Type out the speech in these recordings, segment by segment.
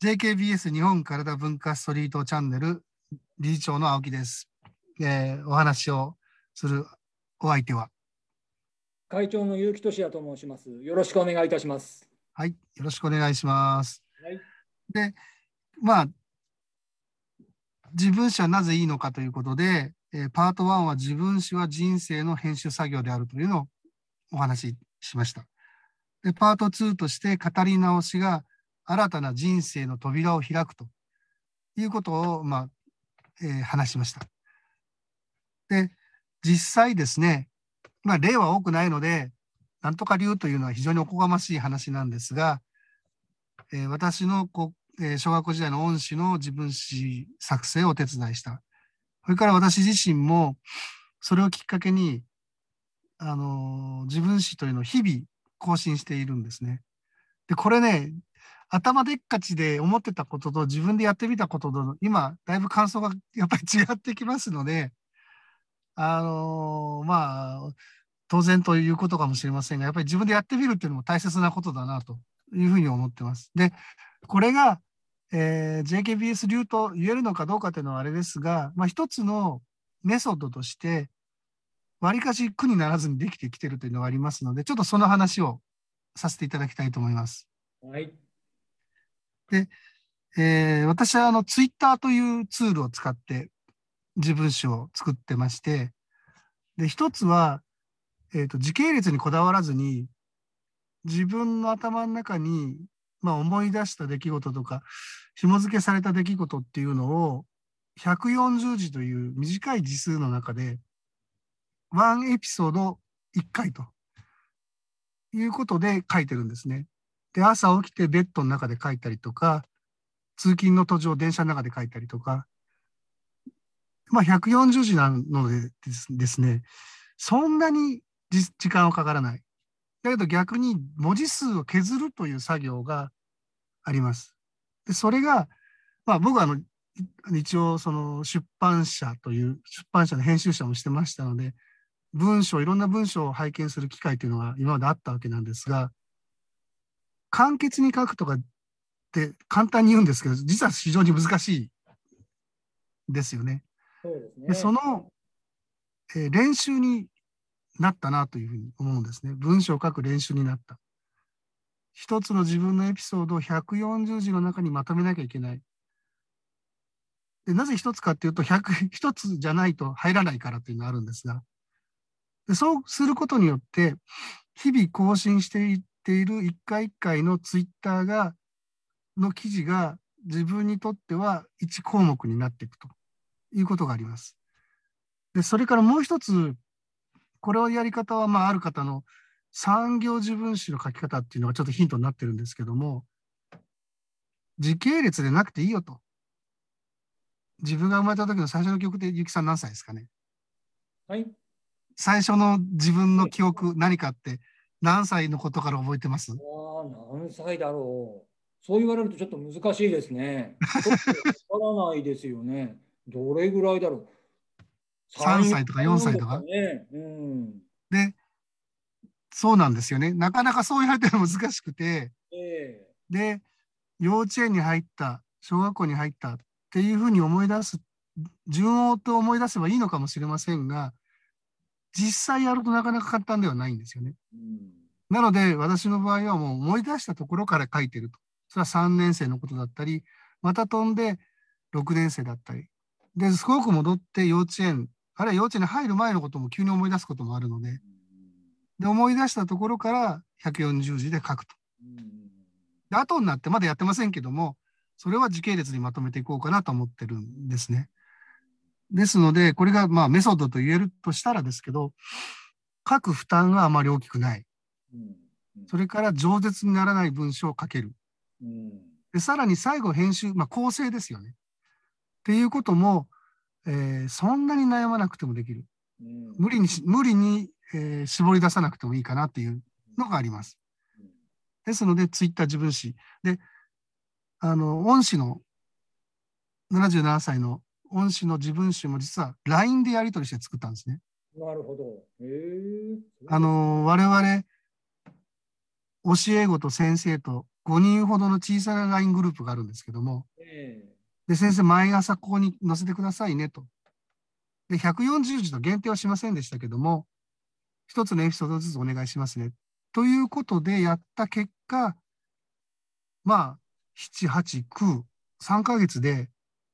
JKBS 日本体文化ストリートチャンネル理事長の青木です。お話をするお相手は会長の結城俊也と申します。よろしくお願いいたします。 はい、よろしくお願いします。 はい。 で、自分史はなぜいいのかということで、パート1は自分史は人生の編集作業であるというのをお話ししました。で、パート2として語り直しが新たな人生の扉を開くということを、話しました。で、実際ですね、例は多くないので、なんとか流というのは非常におこがましい話なんですが、私の小学校時代の恩師の自分史作成をお手伝いした。それから私自身もそれをきっかけに、自分史というのを日々更新しているんですね。で、これね、頭でっかちで思ってたことと自分でやってみたことと、今、だいぶ感想がやっぱり違ってきますので、当然ということかもしれませんが、やっぱり自分でやってみるっていうのも大切なことだなというふうに思ってます。で、これが、JKBS 流と言えるのかどうかというのはあれですが、一つのメソッドとして、わりかし苦にならずにできてきているというのがありますので、ちょっとその話をさせていただきたいと思います。 はい。 で、私はツイッターというツールを使って自分史を作ってまして、で、一つは、時系列にこだわらずに、自分の頭の中に、思い出した出来事とか、紐付けされた出来事っていうのを、140字という短い字数の中で、ワンエピソード1回ということで書いてるんですね。で、朝起きてベッドの中で書いたりとか、通勤の途上、電車の中で書いたりとか、140字なのでですね、そんなに時間はかからない。だけど逆に文字数を削るという作業があります。で、それが、僕は一応その出版社の編集者もしてましたので、いろんな文章を拝見する機会というのが今まであったわけなんですが、簡潔に書くとかって簡単に言うんですけど、実は非常に難しいですよね。 そうですで、そね。 の、練習になったなというふうに思うんですね。文章を書く練習になった。一つの自分のエピソードを140字の中にまとめなきゃいけない。で、なぜ一つかっていうと、一つじゃないと入らないからっていうのがあるんですが、で、そうすることによって、日々更新していっている一回一回のツイッターの記事が自分にとっては1項目になっていくということがあります。で、それからもう一つ、これをやり方は、ある方の産業自分史の書き方っていうのがちょっとヒントになってるんですけども、時系列でなくていいよと。自分が生まれた時の最初の記憶ってゆきさん何歳ですかね。 はい。 最初の自分の記憶何かって何歳のことから覚えてます？ 何歳だろう。そう言われるとちょっと難しいですね。ちょっとわからないですよね。どれぐらいだろう。 3 3、4 歳とか4 歳なんですか歳とかね。うん。 で、そうなんですよね。なかなかそう言われても難しくて、 ええ。 で、幼稚園に入った、小学校に入ったっていうふうに思い出す、順を追って思い出せばいいのかもしれませんが、実際やるとなかなか簡単ではないんですよね。 うん。 なので、私の場合はもう思い出したところから書いてると。それは3年生のことだったり、また飛んで6年生だったり。で、すごく戻って幼稚園、あるいは幼稚園に入る前のことも急に思い出すこともあるので、で、思い出したところから140字で書くと。 うん。 で、後になってまだやってませんけども、それは時系列にまとめていこうかなと思ってるんですね。ですので、これがメソッドと言えるとしたらですけど、書く負担があまり大きくない。 うん。 それから饒舌にならない文章を書ける。 うん。 で、さらに最後編集、構成ですよね。っていうことも、そんなに悩まなくてもできる。 うん。 無理に、絞り出さなくてもいいかなっていうのがあります。ですので、ツイッター自分史。で、恩師の77歳の恩師の自分史も実は LINE でやり取りして作ったんですね。 なるほど。そうです。 我々、教え子と先生と 5人ほどの小さな LINE グループがあるんですけども、で、先生、毎朝ここに載せてくださいねと。で、140字と限定はしませんでしたけども、一つのエピソードずつお願いしますね。ということでやった結果、まあ、7、8、9、3ヶ月で、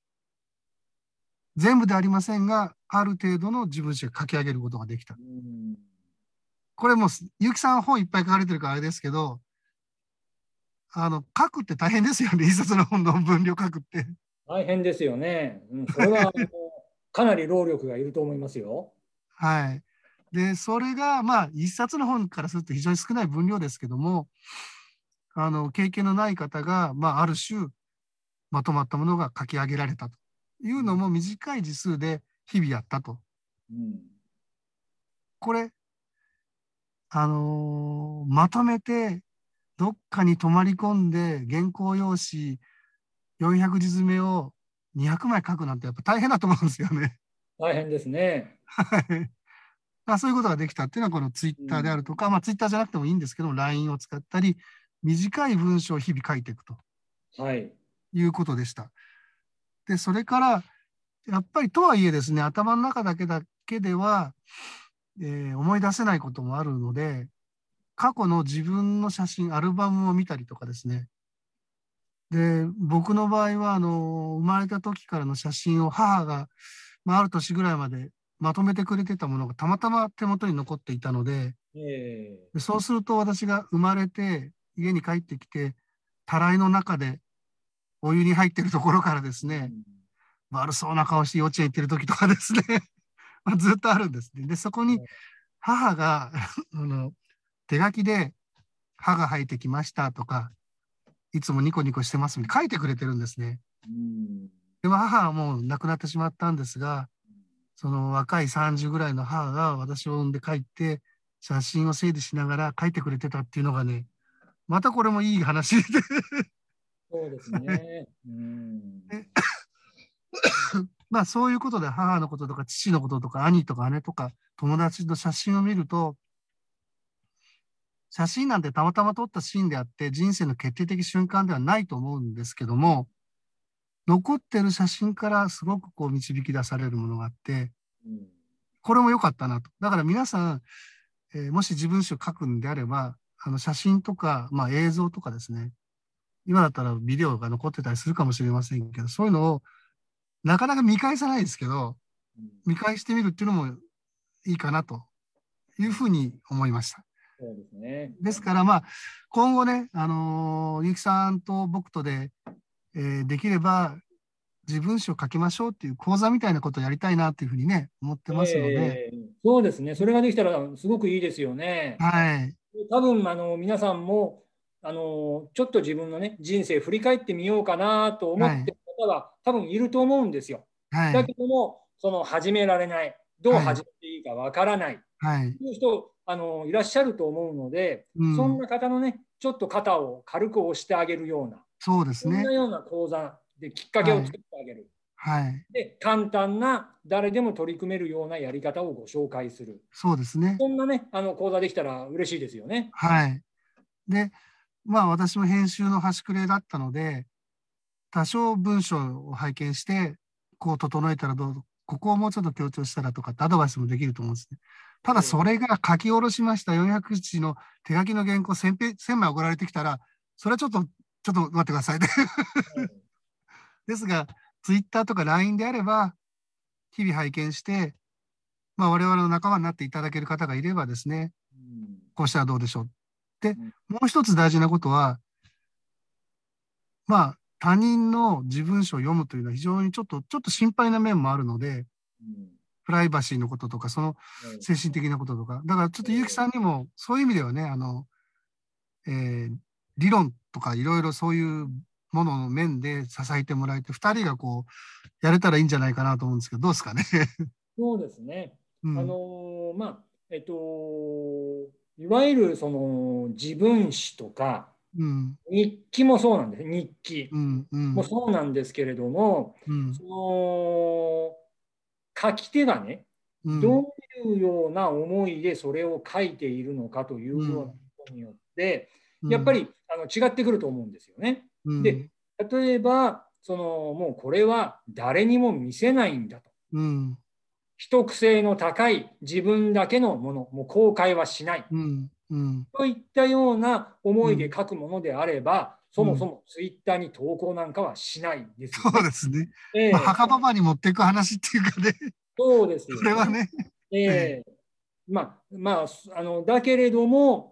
全部でありませんが、ある程度の自分史を書き上げることができた。これもう、ゆきさん本いっぱい書かれてるからあれですけど、書くって大変ですよね。一冊の本の分量書くって。 大変ですよね。それはかなり労力がいると思いますよ。 はい。で、それが、まあ、一冊の本からすると非常に少ない分量ですけども、経験のない方が、まあ、ある種、まとまったものが書き上げられたというのも短い字数で日々やったと。これ、まとめて、どっかに泊まり込んで、原稿用紙400字詰めを200枚書くなんてやっぱ大変だと思うんですよね。 大変ですね。 はい。まあ、そういうことができたっていうのはこのツイッターであるとか、まあ、ツイッターじゃなくてもいいんですけども、LINE を使ったり、短い文章を日々書いていくとはい。 いうことでした。で、それから、やっぱりとはいえですね、頭の中だけでは、思い出せないこともあるので、過去の自分の写真、アルバムを見たりとかですね。で、僕の場合は、生まれた時からの写真を母が、まあ、ある年ぐらいまでまとめてくれてたものがたまたま手元に残っていたので、でそうすると私が生まれて家に帰ってきて、たらいの中でお湯に入ってるところからですね、悪そうな顔して幼稚園行ってる時とかですね、まあずっとあるんですね。で、そこに母が手書きで歯が生えてきましたとか、いつもニコニコしてますみたいに書いてくれてるんですね。でも母はもう亡くなってしまったんですが、その若い30ぐらいの母が私を産んで帰って、写真を整理しながら書いてくれてたっていうのがね、またこれもいい話でそうですね。 でまあそういうことで母のこととか父のこととか兄とか姉とか友達の写真を見ると、写真なんてたまたま撮ったシーンであって人生の決定的瞬間ではないと思うんですけども、残ってる写真からすごくこう導き出されるものがあって、これも良かったなと。だから皆さん、もし自分史を書くんであれば、写真とか、まあ、映像とかですね、今だったらビデオが残ってたりするかもしれませんけど、そういうのをなかなか見返さないですけど、見返してみるっていうのもいいかなというふうに思いました。 そうですね。 ですから、まあ、今後ね、ゆきさんと僕とで、できれば自分史を書きましょうっていう講座みたいなことをやりたいなっていうふうにね、思ってますので、 そうですね。それができたらすごくいいですよね。 はい、 多分皆さんもちょっと自分のね人生振り返ってみようかなと思はい、 ってる方は多分いると思うんですよ。だはい、 けどもその始められない、どうはい、 始めていいかわからないはい、 という人いらっしゃると思うので、 うん、 そんな方のねちょっと肩を軽く押してあげるような、 そうですそんなね。 ような講座できっかけをはい、 作ってあげる。 はい、 で、簡単な誰でも取り組めるようなやり方をご紹介する。 そうですね。 そんなね、講座できたら嬉しいですよね。 はい。で、まあ私も編集の端くれだったので、多少文章を拝見して、こう整えたらどう、ここをもうちょっと強調したらとかってアドバイスもできると思うんですね。ただそれが書き下ろしました400字の手書きの原稿1000枚送られてきたら、それはちょっと待ってくださいね。ですが、ツイッターとか LINE であれば、日々拝見して、まあ我々の仲間になっていただける方がいればですね、こうしたらどうでしょう。で、もう一つ大事なことは、まあ他人の自分書を読むというのは非常にちょっと心配な面もあるので、プライバシーのこととか、その精神的なこととか、だからちょっと結城さんにもそういう意味ではね、えー理論とかいろいろそういうものの面で支えてもらえて、2人がこう、やれたらいいんじゃないかなと思うんですけど、どうですかね。 そうですね。 うん、 まあ、いわゆるその自分史とかうん、 日記もそうなんです。日記うん、うん、 もそうなんですけれども、 うん、 その書き手がね、 うん、 どういうような思いでそれを書いているのかというようなうん、 ことによって、 やっぱり違ってくると思うんですよね。で、例えばもうこれは誰にも見せないんだと。秘匿性の高い自分だけのもの、もう公開はしない。といったような思いで書くものであれば、そもそもツイッターに投稿なんかはしないですよね。 そうですね。墓場場に持っていく話っていうかね。 そうですよね。 これはね。 だけれども、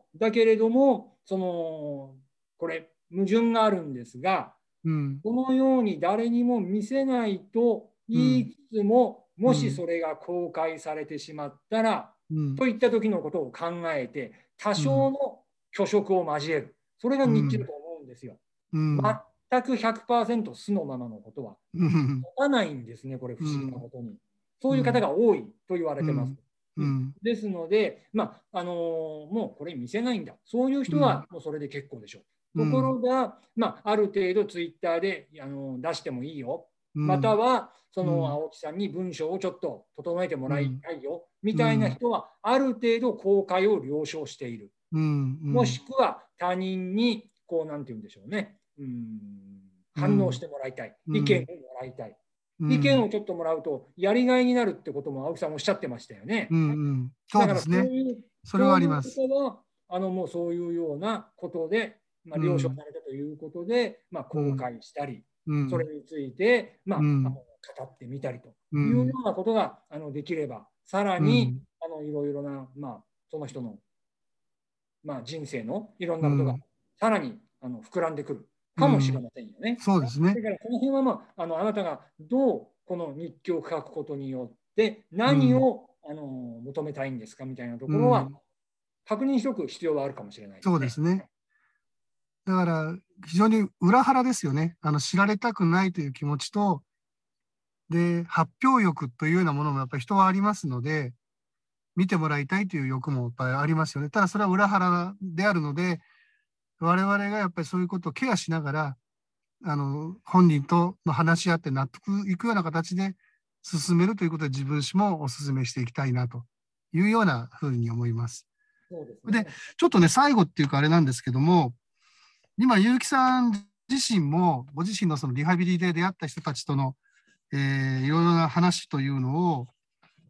これ、矛盾があるんですが、このように誰にも見せないと言いつつも、もしそれが公開されてしまったら、といった時のことを考えて、多少の虚飾を交える。それが日記だと思うんですよ。全く 100% 素のままのことは持たないんですね、これ不思議なことに。そういう方が多いと言われてます。ですので、もうこれ見せないんだ。そういう人はもうそれで結構でしょう。ところが、ある程度ツイッターで出してもいいよ。または、青木さんに文章をちょっと整えてもらいたいよ。みたいな人は、ある程度公開を了承している。もしくは他人に、なんて言うんでしょうね。反応してもらいたい。意見をもらいたい。意見をちょっともらうと、やりがいになるってことも青木さんおっしゃってましたよね。 そうですね。それはあります。 もうそういうようなことで、了承されたということで、公開したり、それについて、語ってみたりというようなことができれば、さらにいろいろな、その人の、人生のいろんなことがさらに膨らんでくるかもしれませんよね。 そうですね。 だからこの辺は、あなたがどうこの日記を書くことによって何を求めたいんですかみたいなところは確認しておく必要はあるかもしれないですね。 そうですね。だから非常に裏腹ですよね。知られたくないという気持ちと、で、発表欲というようなものもやっぱり人はありますので、見てもらいたいという欲もやっぱりありますよね。ただそれは裏腹であるので、我々がやっぱりそういうことをケアしながら、本人と話し合って納得いくような形で進めるということで自分史もお勧めしていきたいなというようなふうに思います。で、ちょっとね、最後っていうかあれなんですけども、今、結城さん自身もご自身のそのリハビリで出会った人たちとの、いろいろな話というのを、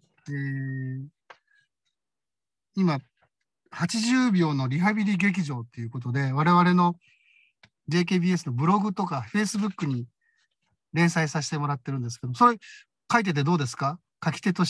今、80秒のリハビリ劇場ということで、我々の JKBS のブログとか Facebook に連載させてもらってるんですけど、それ書いててどうですか？書き手として。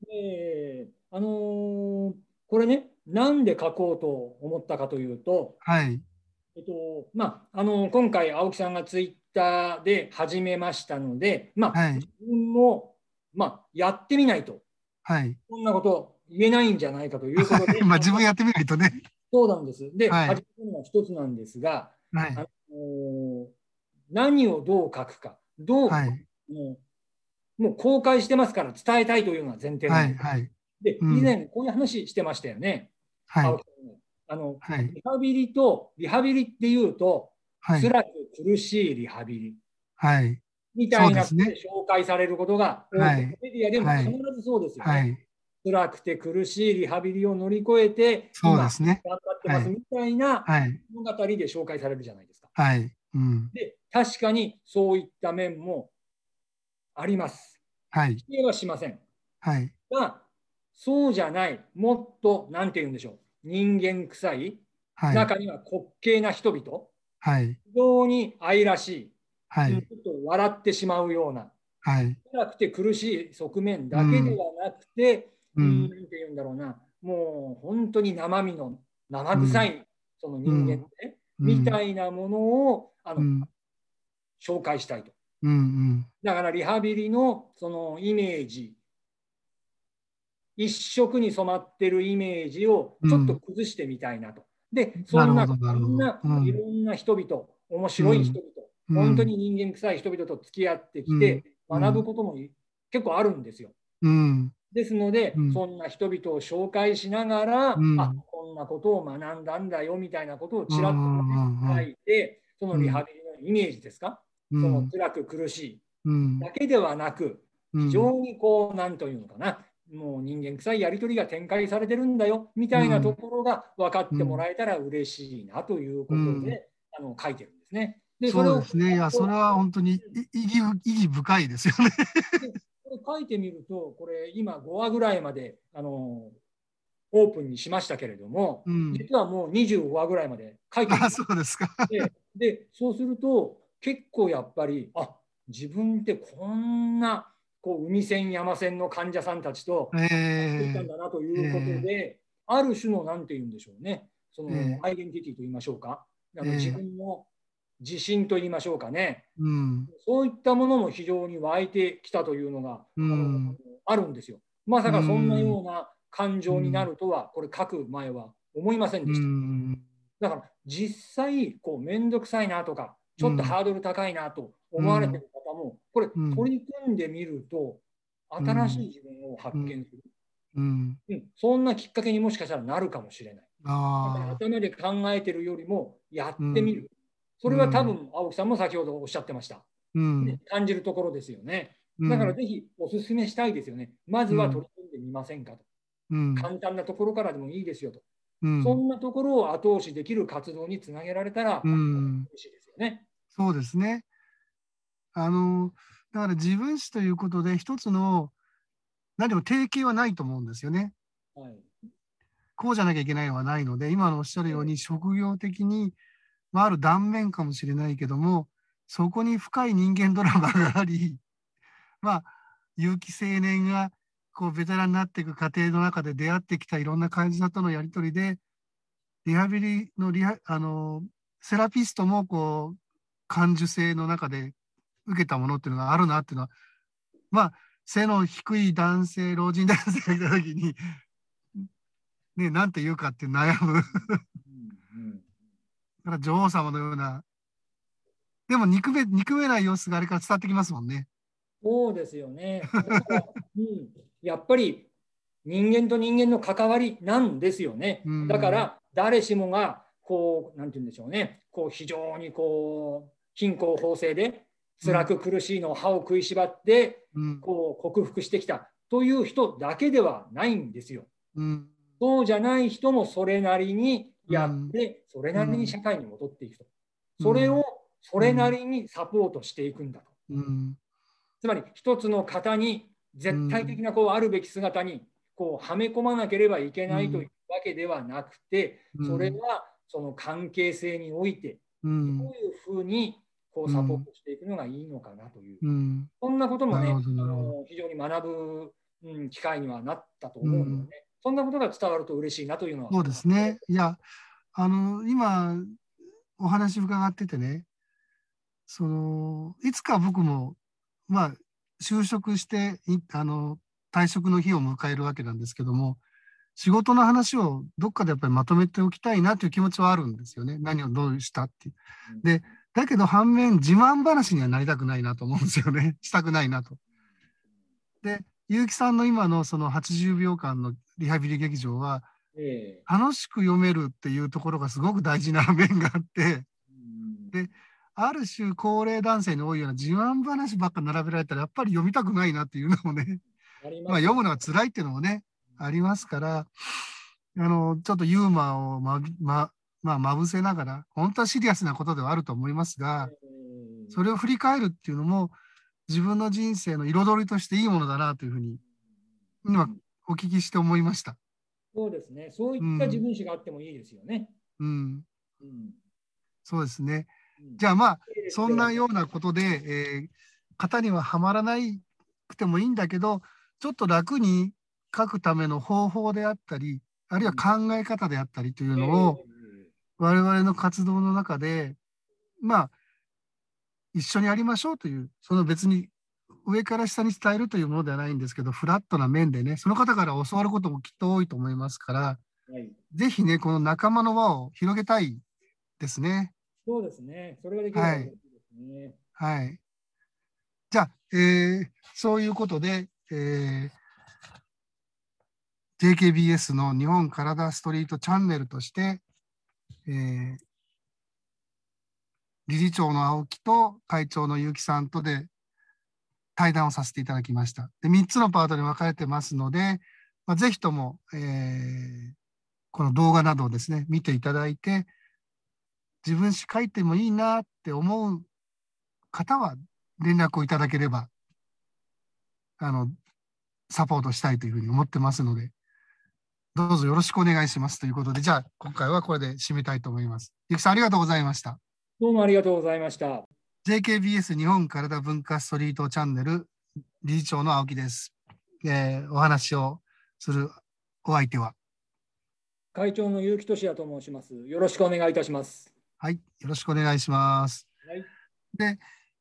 これね、なんで書こうと思ったかというと、 はい。 今回、青木さんがツイッターで始めましたので、 はい、 自分も、やってみないと、 はい、 こんなこと言えないんじゃないかということで、 自分やってみないとね。 そうなんです。で、 はい、 始めるのは一つなんですが、 はい、 何をどう書くか、 はい、 もう公開してますから伝えたいというのが前提なんです。 はい、 で、以前こういう話してましたよね。 はい、 リハビリっていうと、 はい、 辛く苦しいリハビリはい、 みたいなことで紹介されることが多くて、メディアでも必ずそうですよね。辛くて苦しいリハビリを乗り越えて、今、頑張ってますみたいな物語で紹介されるじゃないですか。で、確かにそういった面もあります。否定はしません。が、そうじゃない、もっと、なんて言うんでしょう、人間臭い、中には滑稽な人々、非常に愛らしい、ちょっと笑ってしまうような、辛くて苦しい側面だけではなくて、なんて言うんだろうな、もう本当に生身の、生臭いその人間ね、みたいなものを紹介したいと。だからリハビリのそのイメージ、一色に染まってるイメージをちょっと崩してみたいなと。で、そんないろんな人々、面白い人々、本当に人間臭い人々と付き合ってきて、学ぶことも結構あるんですよ。ですので、そんな人々を紹介しながら、こんなことを学んだんだよみたいなことをちらっと書いて、そのリハビリのイメージですか、その辛く苦しいだけではなく、非常になんというのかな、 もう人間臭いやり取りが展開されてるんだよみたいなところが分かってもらえたら嬉しいなということで、書いてるんですね。 でそうですね。いや、それは本当に意義深いですよね。 これ書いてみると、これ今5話ぐらいまでオープンにしましたけれども、実はもう25話ぐらいまで書いてるんです。 そうですか。 で、そうすると結構やっぱり、自分ってこんな海線山線の患者さんたちとやってきたんだなということで、ある種のなんて言うんでしょうね、そのアイデンティティと言いましょうか、自分の自信と言いましょうかね、そういったものも非常に湧いてきたというのが、あるんですよ。まさかそんなような感情になるとは、これ書く前は思いませんでした。だから実際面倒くさいなとかちょっとハードル高いなと思われている方も、これ取り組んでみると新しい自分を発見する、そんなきっかけにもしかしたらなるかもしれない。だから頭で考えてるよりもやってみる、それは多分青木さんも先ほどおっしゃってました、感じるところですよね。だからぜひお勧めしたいですよね。まずは取り組んでみませんかと、簡単なところからでもいいですよと、そんなところを後押しできる活動につなげられたら嬉しいですよね。 そうですね。だから自分史ということで一つの何も定型はないと思うんですよね。こうじゃなきゃいけないのはないので、今のおっしゃるように職業的に、ある断面かもしれないけども、そこに深い人間ドラマがあり、有機青年がベテランになっていく過程の中で出会ってきたいろんな患者とのやり取りで、リハビリのセラピストも感受性の中で受けたものっていうのがあるなっていうのは、背の低い男性、老人男性がいた時に、なんて言うかって悩む。だから女王様のような、でも憎めない様子があれから伝わってきますもんね。 そうですよね。やっぱり人間と人間の関わりなんですよね。だから誰しもがなんて言うんでしょうね、非常に貧困法制で辛く苦しいのを歯を食いしばって克服してきたという人だけではないんですよ。そうじゃない人もそれなりにやって、それなりに社会に戻っていくと。それをそれなりにサポートしていくんだと。つまり一つの型に絶対的なあるべき姿にはめ込まなければいけないというわけではなくて、それはその関係性においてどういうふうにサポートしていくのがいいのかなという、そんなこともね、非常に学ぶ機会にはなったと思うのでね、そんなことが伝わると嬉しいなというのは。 そうですね。いや、今お話伺っててね、いつか僕も就職して退職の日を迎えるわけなんですけども、仕事の話をどっかでやっぱりまとめておきたいなという気持ちはあるんですよね。何をどうしたっていう。で、だけど反面自慢話にはなりたくないなと思うんですよね。したくないなと。で、結城さんの今のその80秒間のリハビリ劇場は、楽しく読めるっていうところがすごく大事な面があって、で、ある種高齢男性に多いような自慢話ばっか並べられたらやっぱり読みたくないなっていうのもね、読むのが辛いっていうのもね、ありますから、ちょっとユーモアをまぶせながら、本当はシリアスなことではあると思いますが、それを振り返るっていうのも自分の人生の彩りとしていいものだなというふうに今お聞きして思いました。 そうですね。そういった自分史があってもいいですよね。 そうですね。じゃあそんなようなことで、型にははまらなくてもいいんだけど、ちょっと楽に書くための方法であったり、あるいは考え方であったりというのを、我々の活動の中で、一緒にやりましょうという、その別に上から下に伝えるというものではないんですけど、フラットな面でね、その方から教わることもきっと多いと思いますから、ぜひね、この仲間の輪を広げたいですね。 そうですね。それができれば嬉しいですね。 はい。じゃあ、そういうことで、JKBS の日本カラダストリートチャンネルとして、理事長の青木と会長の結城さんとで対談をさせていただきました。で、3つのパートに分かれてますので、ぜひとも、この動画などをですね、見ていただいて、自分史書いてもいいなって思う方は連絡をいただければ、サポートしたいというふうに思ってますので、どうぞよろしくお願いしますということで、じゃあ今回はこれで締めたいと思います。ゆきさんありがとうございました。 どうもありがとうございました。 JKBS 日本体文化ストリートチャンネル理事長の青木です。お話をするお相手は会長の結城俊也と申します。よろしくお願いいたします。 はい、よろしくお願いします。 はい、 で、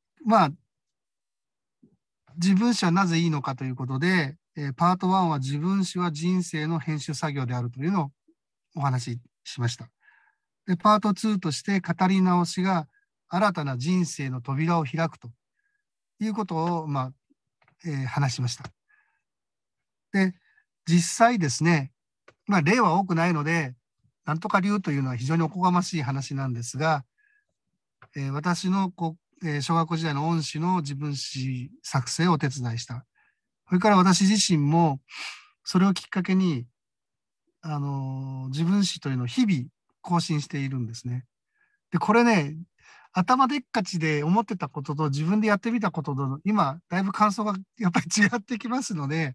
自分史はなぜいいのかということで、パート1は自分史は人生の編集作業であるというのをお話ししました。で、パート2として語り直しが新たな人生の扉を開くということを、話しました。で、実際ですね、例は多くないので、なんとか流というのは非常におこがましい話なんですが、私の小学校時代の恩師の自分史作成をお手伝いした。それから私自身もそれをきっかけに自分史というのを日々更新しているんですね。で、これね、頭でっかちで思ってたことと自分でやってみたことと今だいぶ感想がやっぱり違ってきますので、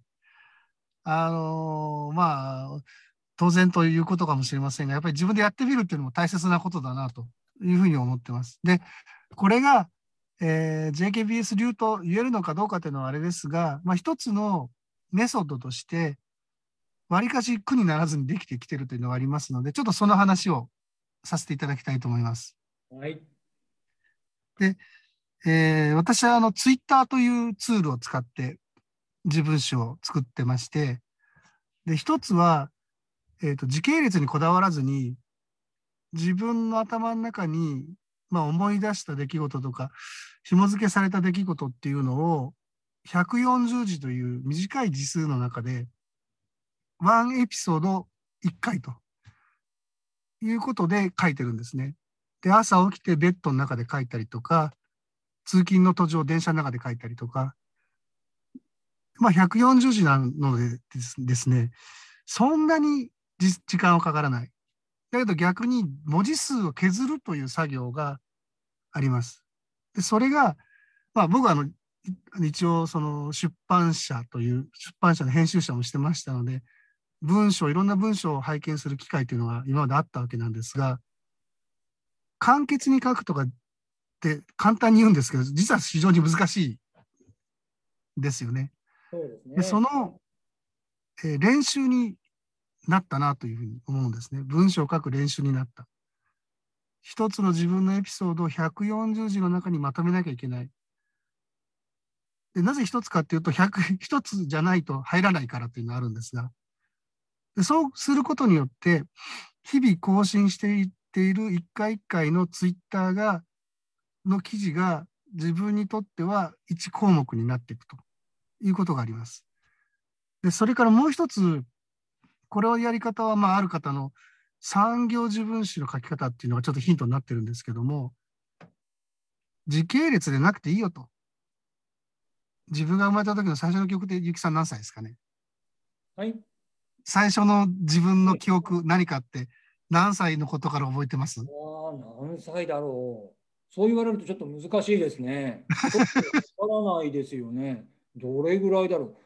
当然ということかもしれませんが、やっぱり自分でやってみるっていうのも大切なことだなというふうに思ってます。で、これが、JKBS 流と言えるのかどうかというのはあれですが、一つのメソッドとして、わりかし苦にならずにできてきているというのがありますので、ちょっとその話をさせていただきたいと思います。 はい。 で、私はツイッターというツールを使って自分史を作ってまして、で、一つは、時系列にこだわらずに、自分の頭の中に、思い出した出来事とか、紐付けされた出来事っていうのを、140字という短い字数の中で、ワンエピソード1回ということで書いてるんですね。で、朝起きてベッドの中で書いたりとか、通勤の途上、電車の中で書いたりとか、140字なのでですね、そんなに時間はかからない。だけど逆に文字数を削るという作業があります。で、それが、僕は一応その出版社の編集者もしてましたので、いろんな文章を拝見する機会というのが今まであったわけなんですが、簡潔に書くとかって簡単に言うんですけど、実は非常に難しいですよね。 そうですね。 で、その、練習になったなというふうに思うんですね。文章を書く練習になった。一つの自分のエピソードを140字の中にまとめなきゃいけない。で、なぜ一つかっていうと、一つじゃないと入らないからというのがあるんですが、で、そうすることによって、日々更新していっている一回一回のツイッターの記事が自分にとっては1項目になっていくということがあります。で、それからもう一つ、これをやり方は、ある方の産業自分史の書き方っていうのがちょっとヒントになってるんですけども、時系列でなくていいよと。自分が生まれた時の最初の記憶って、ゆきさん何歳ですかね？ はい。 最初の自分の記憶、何かって何歳のことから覚えてます？ 何歳だろう。そう言われるとちょっと難しいですね。ちょっとわからないですよね。どれぐらいだろう。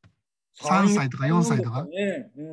3歳とか4歳とか。 ね。うん。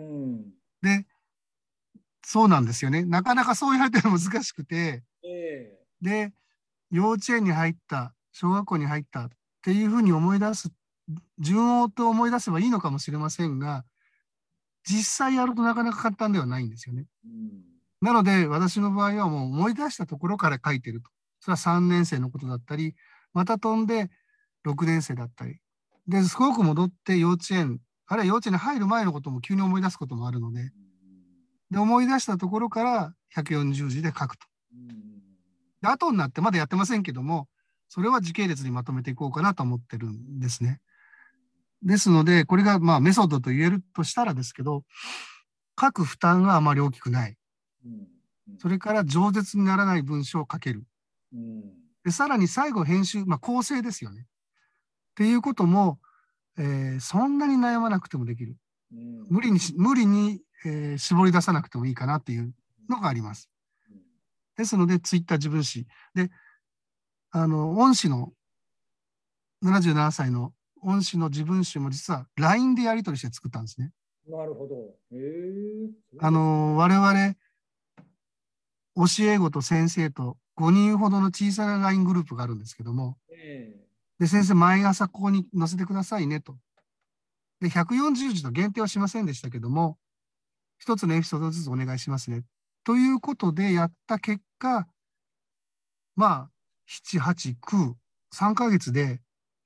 で、そうなんですよね。なかなかそう言われても難しくて、で、幼稚園に入った、小学校に入ったっていうふうに思い出す、順を追って思い出せばいいのかもしれませんが、実際やるとなかなか簡単ではないんですよね。なので、私の場合はもう思い出したところから書いてると。それは3年生のことだったり、また飛んで6年生だったり。で、すごく戻って幼稚園、あるいは幼稚園に入る前のことも急に思い出すこともあるので、で、思い出したところから140字で書くと。で、後になってまだやってませんけども、それは時系列にまとめていこうかなと思ってるんですね。ですので、これがメソッドと言えるとしたらですけど、書く負担があまり大きくない。それから饒舌にならない文章を書ける。で、さらに最後編集、構成ですよね。 ていうことも、そんなに悩まなくてもできる。無理に、絞り出さなくてもいいかなっていうのがあります。ですので、ツイッター自分史。で、恩師の77歳の恩師の自分史も実は LINE でやり取りして作ったんですね。 なるほど。 我々、教え子と先生と5人ほどの小さな LINE グループがあるんですけども、で、先生、毎朝ここに載せてくださいねと。で、140字と限定はしませんでしたけども、一つのエピソードずつお願いしますね。ということでやった結果、まあ、7、8、9、3ヶ月で、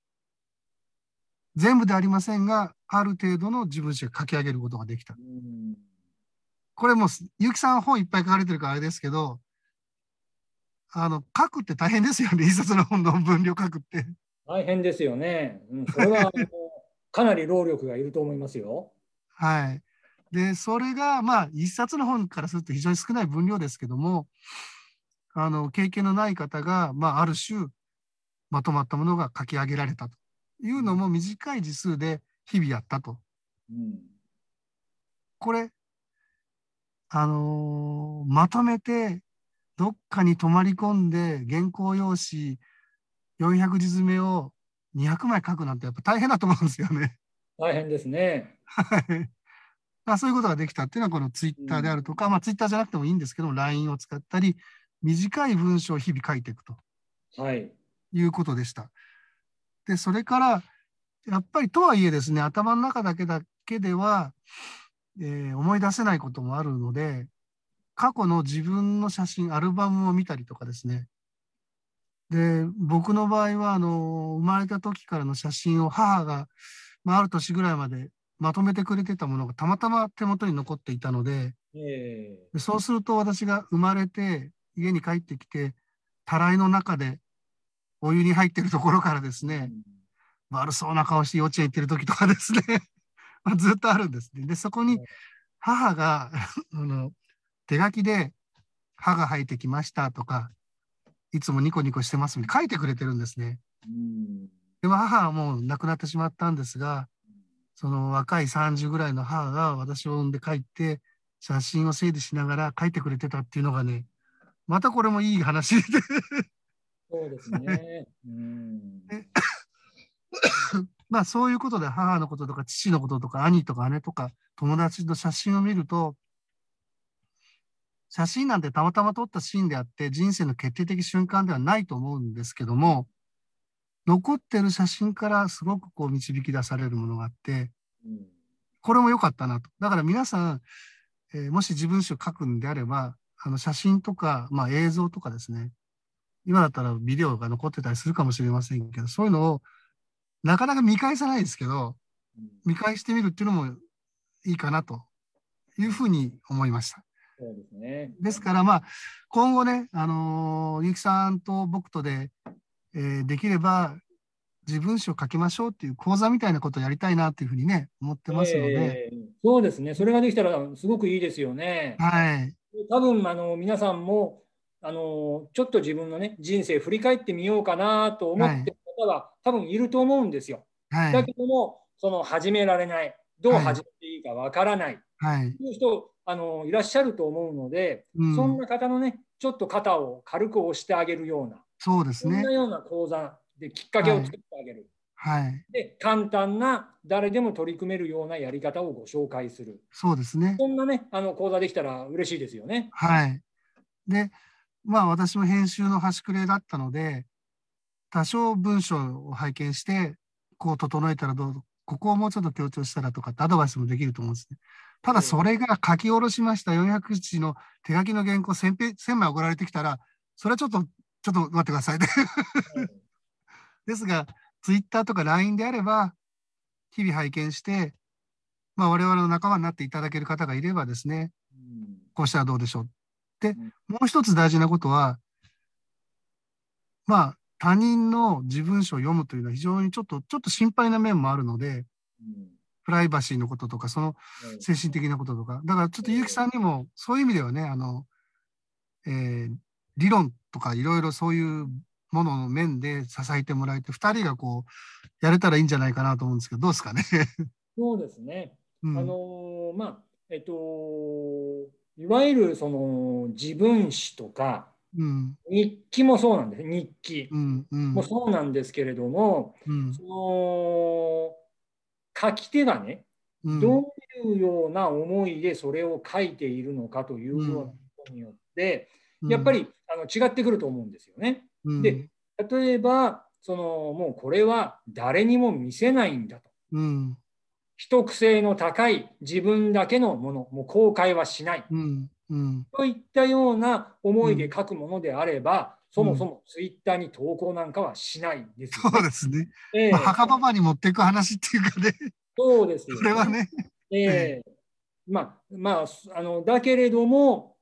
全部でありませんが、ある程度の自分史を書き上げることができた。これもう、結城さん本いっぱい書かれてるからあれですけど、書くって大変ですよね、一冊の本の分量書くって。 大変ですよね。それはかなり労力がいると思いますよ。 はい。で、それが、まあ、一冊の本からすると非常に少ない分量ですけども、経験のない方が、まあ、ある種、まとまったものが書き上げられたというのも短い字数で日々やったと。これ、まとめて、どっかに泊まり込んで、原稿用紙400字詰めを200枚書くなんてやっぱ大変だと思うんですよね。 大変ですね。 はい。そういうことができたっていうのはこのツイッターであるとか、まあツイッターじゃなくてもいいんですけども、LINE を使ったり、短い文章を日々書いていくということでした。で、それから、やっぱりとはいえですね、頭の中だけでは、思い出せないこともあるので、過去の自分の写真、アルバムを見たりとかですね。で、僕の場合は、生まれた時からの写真を母が、まあ、ある年ぐらいまでまとめてくれてたものがたまたま手元に残っていたので、でそうすると私が生まれて家に帰ってきて、たらいの中でお湯に入ってるところからですね、悪そうな顔して幼稚園行ってる時とかですねずっとあるんですね。で、そこに母が手書きで歯が生えてきましたとか、いつもニコニコしてますみたいに書いてくれてるんですね。でも母はもう亡くなってしまったんですが、その若い30ぐらいの母が私を産んで帰って、写真を整理しながら書いてくれてたっていうのがね、またこれもいい話でそうですね。 まあそういうことで母のこととか父のこととか兄とか姉とか友達の写真を見ると、写真なんてたまたま撮ったシーンであって人生の決定的瞬間ではないと思うんですけども、残ってる写真からすごくこう導き出されるものがあって、これも良かったなと。だから皆さん、もし自分史を書くんであれば、写真とか、まあ、映像とかですね、今だったらビデオが残ってたりするかもしれませんけど、そういうのをなかなか見返さないですけど、見返してみるっていうのもいいかなというふうに思いました。 そうですね。 ですから、まあ、今後ね、結城さんと僕とで、できれば自分史を書きましょうっていう講座みたいなことをやりたいなというふうにね、思ってますので。 そうですね。それができたらすごくいいですよね。 はい。 多分皆さんもちょっと自分のね人生振り返ってみようかなと思っている方は多分いると思うんですよ。 はい、 だけども始められない、どう始めていいかわからない、 はい、 という人いらっしゃると思うので、そんな方のねちょっと肩を軽く押してあげるような、 そうですね。 そんなような講座できっかけを作ってあげる。 はい。 で、簡単な誰でも取り組めるようなやり方をご紹介する。 そうですね。 そんなね、講座できたら嬉しいですよね。 はい。で、まあ私も編集の端くれだったので、多少文章を拝見して、こう整えたらどう、ここをもうちょっと強調したらとかってアドバイスもできると思うんですね。ただそれが書き下ろしました400字の手書きの原稿1000枚送られてきたら、それはちょっと待ってくださいね。ですが、ツイッターとか LINE であれば、日々拝見して、まあ、我々の仲間になっていただける方がいればですね、こうしたらどうでしょう。で、もう一つ大事なことは、まあ、他人の自分史を読むというのは非常にちょっと心配な面もあるので、プライバシーのこととか、その精神的なこととか、だからちょっと結城さんにもそういう意味ではね、理論とかいろいろそういうものの面で支えてもらえて、2人がこうやれたらいいんじゃないかなと思うんですけど、どうですかね。 そうですね。 うん、 まあ、いわゆるその自分史とか、 うん、 日記もそうなんです。日記うん、うん、 もそうなんですけれども、 うん、 その書き手がね、どうん、 ういうような思いでそれを書いているのかというようなうん、 ことによって、 うん、 やっぱり違ってくると思うんですよね。で、 うん、 例えば、もうこれは誰にも見せないんだと。 うん、 秘匿性の高い自分だけのもの、もう公開はしない。 うん、うん、 といったような思いでうん、 書くものであれば、そもそうん。 もツイッターに投稿なんかはしないですよそうね。 ですね。まあ、 ええ、 墓場場に持っていく話っていうかね、 そうですそれはよね。 ね、 えええ、 え、だけれども、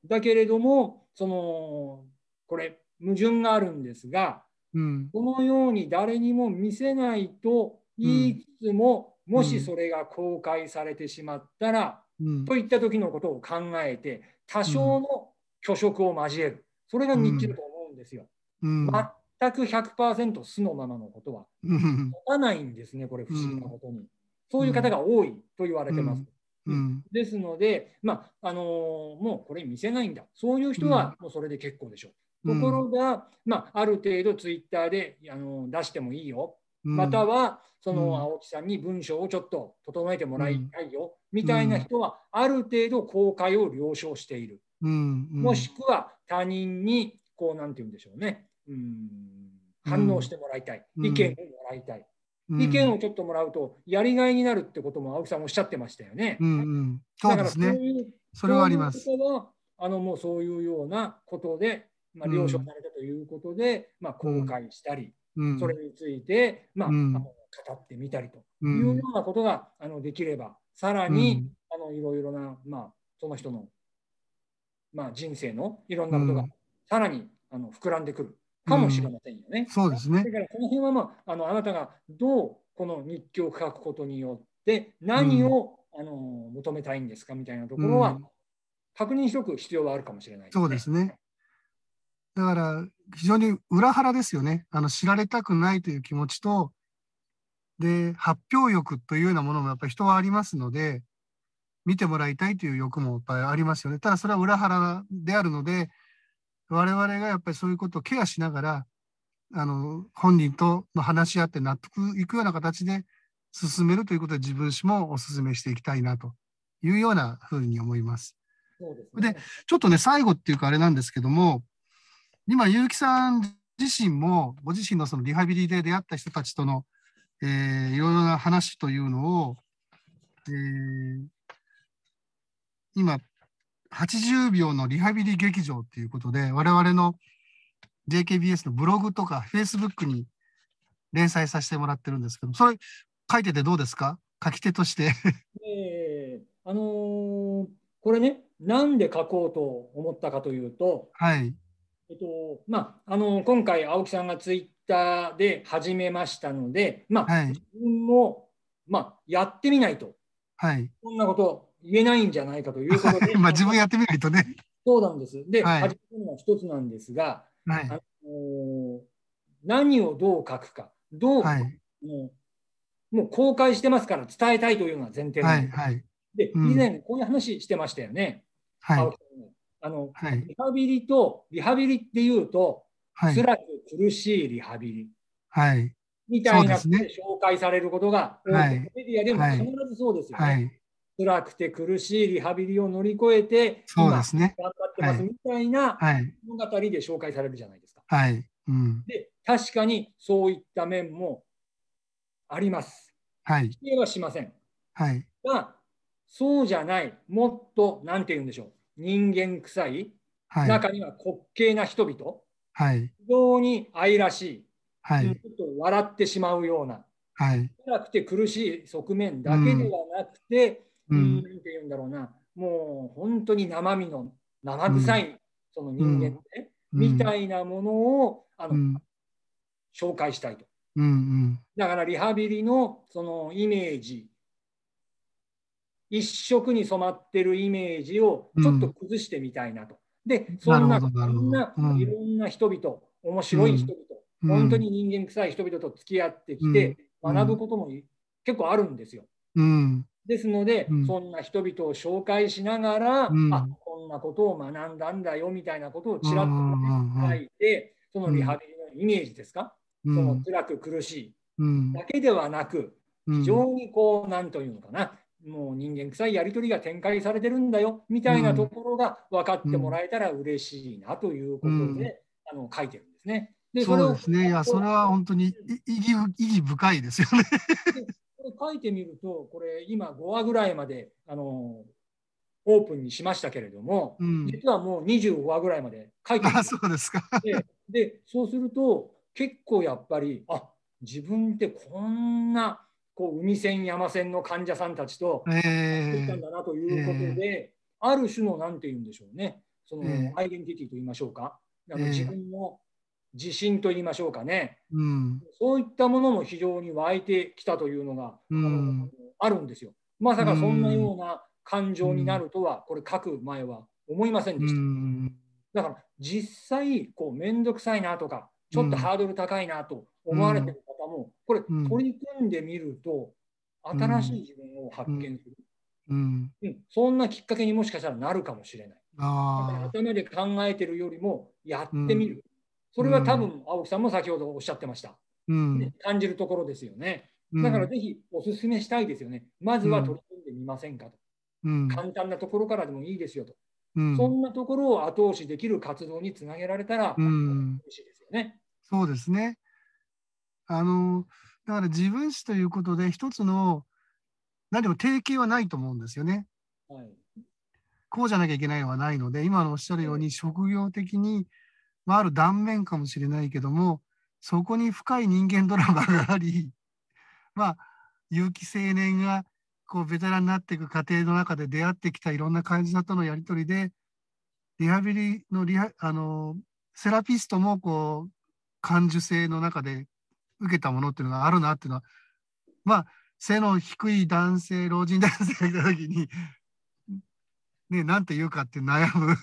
これ、矛盾があるんですが、 うん、 このように誰にも見せないとうん、 言いつつも、もしうん、 それが公開されてしまったら、 うん、 といった時のことを考えて、多うん、 少の虚飾を交える。それがうん、 日記だと思うんですよ。 うん、 全く100%素のままのことはうん、 持たないんですね、これ不思議なうん、 ことに。そういう方うん、 が多いと言われてます。 うん、 うん、 うん、 ですので、もうこれ見せないんだ。そういう人はもうそれで結構でしょう。とこうん、 ろが、ある程度ツイッターで出してもいいよ。またうん、 は、そのうん、 青木さんに文章をちょっと整えてもらいうん、 たいよ。みたいなうん、 人は、ある程度公開を了承している。 うん、うもん、 しくは他人に、こう、なんて言うんでしょうね。反応してもらいたい。意見をもらいたい。意見をちょっともらうと、やりがいになるってことも青木さんおっしゃってましたよね。 そうだからですね。それはそういうあります。 ことは、もうそういうようなことで、了承うん、 されたということで、公うん、 開したり、 うん、 それについて、 うん、 語ってみたりというようん、 うなことができれば、さらにうん、 いろいろな、その人の、人生のいろんなことがうん、 さらに膨らんでくるかもしれうん、 ませんよね。 そうですね。 だからこの辺は、あなたがどうこの日記を書くことによってうん、 何を求めたいんですかみたいなところはうん、 確認しておく必要はあるかもしれないでそすね。 うですね。だから、非常に裏腹ですよね。知られたくないという気持ちと、で、発表欲というようなものもやっぱり人はありますので、見てもらいたいという欲もやっぱりありますよね。ただそれは裏腹であるので、我々がやっぱりそういうことをケアしながら、本人との話し合って納得いくような形で進めるということで自分史もお勧めしていきたいなというようなふうに思います。で、 そうですね。 ちょっとね、最後っていうかあれなんですけども、今、結城さん自身も、ご自身のそのリハビリで出会った人たちとの、いろいろな話というのを、今、80秒のリハビリ劇場っていうことで、我々の JKBS のブログとか Facebook に連載させてもらってるんですけど、それ書いててどうですか？書き手として。 これね、なんで書こうと思ったかというと、 はい。 今回、青木さんがツイッターで始めましたので、自はい。 分も、やってみないと、 はい。 こんなこと言えないんじゃないかということで、 まあ自分やってみないとね。 そうなんです。で、 はい。 始めるのは一つなんですが、あはい。 の何をどう書くか、 はい。 もう公開してますから伝えたいというのが前提なはい。 んです。 はい。 で、以うん。 前こういう話してましたよね。 はい。 青木さんがはい。 リハビリっていうと、 はい。 辛く苦しいリハビリはい。 みたそういなことでですね。 紹介されることが多くて、 はい。 メディアでも必はい。 ずそうですよね。 はい。 辛くて苦しいリハビリを乗り越えて、今、 そうですね。 頑張ってはい。 ますみたいなはい。 物語で紹介されるじゃないですか。 はい。うん。 で、確かにそういった面もあります。 はい。 否定はしません。 はい。 が、そうじゃない、もっと、なんて言うんでしょう、人間臭い、 はい。 中には滑稽な人々、 はい。 非常に愛らしい、ちはい。 ょっと笑ってしまうような、 はい。 辛くて苦しい側面だけでうん。 はなくて、なんうん。 て言うんだろうな、もう本当に生身の、生うん。 臭いそのうん。 人間ね、みうん。 たいなものをうん。 紹介したいと。 うん。 だからリハビリのそのイメージ、一色に染まってるイメージをちょっとうん。 崩してみたいなと。で、そんな、 なるほど、なるほど。うん。 いろんな人々、面うん。 白い人々、 本当に人間臭い人々と付き合ってきて、学ぶことも結構あるんですよ。ですので、そんな人々を紹介しながら、こんなことを学んだんだよみたいなことをちらっと書いて、そのリハビリのイメージですか、その辛く苦しいだけではなく、非常にこう、なんというのかな、もう人間臭いやり取りが展開されてるんだよみたいなところが分かってもらえたら嬉しいなということで、書いてるんですね。 でそうですね。いや、それは本当に意義深いですよね。 これ書いてみると、これ今5話ぐらいまでオープンにしましたけれども、実はもう25話ぐらいまで書いてるんです。 そうですか。 で、そうすると結構やっぱり、自分ってこんなこう海線山線の患者さんたちとやっていたんだなということで、ある種のなんて言うんでしょうね、そのアイデンティティと言いましょうか、自分の自信と言いましょうかね、そういったものも非常に湧いてきたというのが、あるんですよ。まさかそんなような感情になるとは、これ書く前は思いませんでした。だから実際こう面倒くさいなとか、ちょっとハードル高いなと思われている方も、これ取り組んでみると新しい自分を発見する、そんなきっかけにもしかしたらなるかもしれない。だから頭で考えてるよりもやってみる、それは多分青木さんも先ほどおっしゃってました、感じるところですよね。だからぜひお勧めしたいですよね。まずは取り組んでみませんかと、簡単なところからでもいいですよと、そんなところを後押しできる活動につなげられたら嬉しいですよね。 そうですね。だから自分史ということで一つの何でも定型はないと思うんですよね。こうじゃなきゃいけないのはないので、今のおっしゃるように職業的に、ある断面かもしれないけども、そこに深い人間ドラマがあり、結城青年がこうベテランになっていく過程の中で出会ってきたいろんな患者とのやり取りで、リハビリのセラピストもこう感受性の中で受けたものっていうのがあるなっていうのは、背の低い男性、老人男性がいた時に、なんて言うかって悩む。だ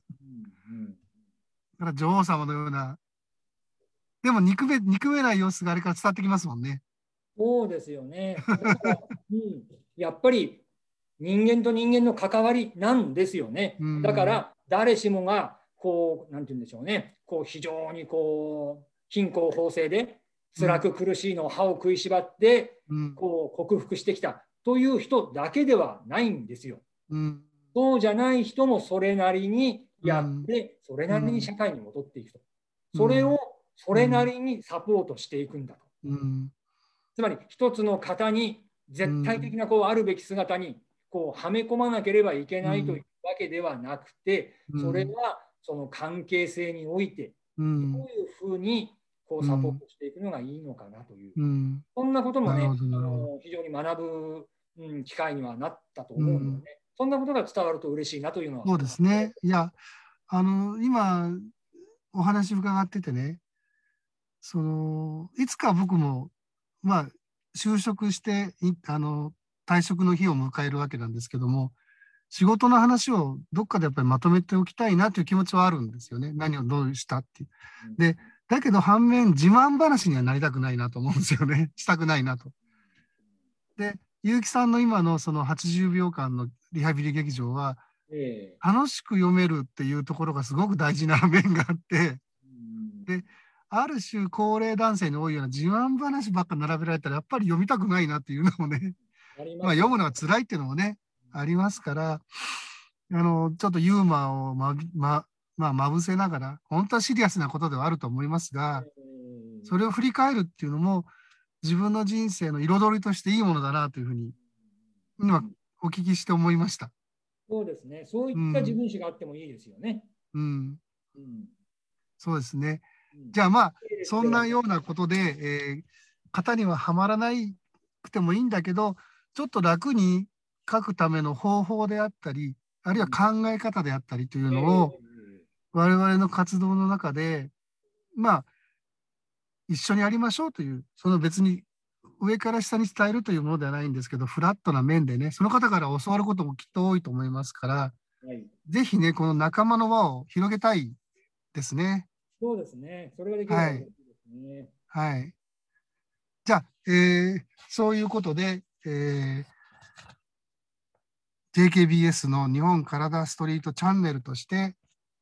から女王様のような、でも憎めない様子があれから伝わってきますもんね。 そうですよね。だから、やっぱり人間と人間の関わりなんですよね。だから誰しもがこうなんて言うんでしょうね、こう非常にこう貧困法制で辛く苦しいのを歯を食いしばってこう克服してきたという人だけではないんですよ。そうじゃない人もそれなりにやって、それなりに社会に戻っていくと。それをそれなりにサポートしていくんだと。つまり一つの型に絶対的なこうあるべき姿にこうはめ込まなければいけないというわけではなくて、それはその関係性においてどういうふうにこうサポートしていくのがいいのかなという、そんなこともね、非常に学ぶ機会にはなったと思うので、ね、そんなことが伝わると嬉しいなというのは。 そうですね。いや、今お話伺っててね、いつか僕も就職して退職の日を迎えるわけなんですけども、仕事の話をどっかでやっぱりまとめておきたいなという気持ちはあるんですよね。何をどうしたっていう。で、だけど反面自慢話にはなりたくないなと思うんですよね。したくないなと。で、結城さんの今のその80秒間のリハビリ劇場は、楽しく読めるっていうところがすごく大事な面があって、で、ある種高齢男性に多いような自慢話ばっか並べられたらやっぱり読みたくないなっていうのもね、読むのが辛いっていうのもね、ありますから、ちょっとユーモアをまぶせながら、本当はシリアスなことではあると思いますが、それを振り返るっていうのも自分の人生の彩りとしていいものだなというふうに今お聞きして思いました。 そうですね。そういった自分史があってもいいですよね。 そうですね。じゃあそんなようなことで、型にははまらなくてもいいんだけど、ちょっと楽に書くための方法であったり、あるいは考え方であったりというのを、我々の活動の中で、一緒にやりましょうという、その別に上から下に伝えるというものではないんですけど、フラットな面でね、その方から教わることもきっと多いと思いますから、ぜひね、この仲間の輪を広げたいですね。 そうですね。それができればいいですね。 はい。じゃあ、そういうことで、JKBS の日本カラダストリートチャンネルとして、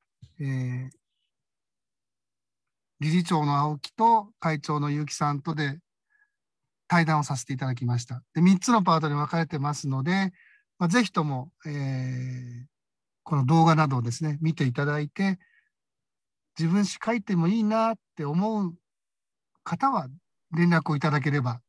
理事長の青木と会長の結城さんとで対談をさせていただきました。で、3つのパートに分かれてますので、ぜひとも、この動画などをですね、見ていただいて、自分史書いてもいいなって思う方は連絡をいただければ、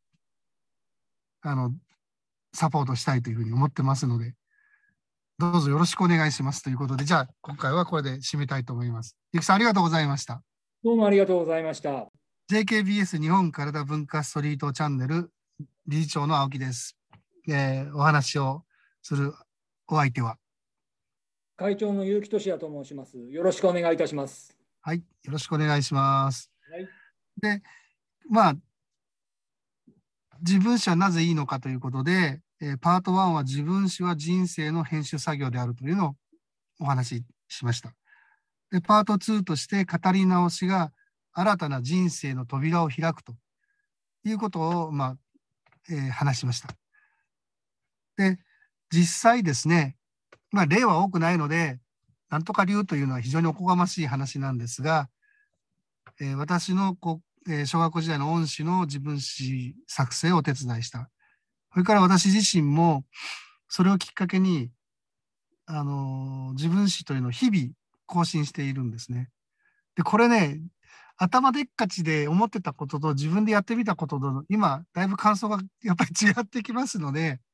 サポートしたいというふうに思ってますので、どうぞよろしくお願いしますということで、じゃあ今回はこれで締めたいと思います。ゆきさんありがとうございました。 どうもありがとうございました。 JKBS 日本カラダ文化ストリートチャンネル理事長の青木です。お話をするお相手は会長の結城俊也と申します。よろしくお願いいたします。 はい、よろしくお願いします。 はい、 で、自分史はなぜいいのかということで、パート1は自分史は人生の編集作業であるというのをお話ししました。で、パート2として語り直しが新たな人生の扉を開くということを、話しました。で、実際ですね、例は多くないので、なんとか流というのは非常におこがましい話なんですが、私の小学校時代の恩師の自分史作成をお手伝いした。それから私自身もそれをきっかけに、自分史というのを日々更新しているんですね。で、これね、頭でっかちで思ってたことと自分でやってみたことと、今、だいぶ感想がやっぱり違ってきますので、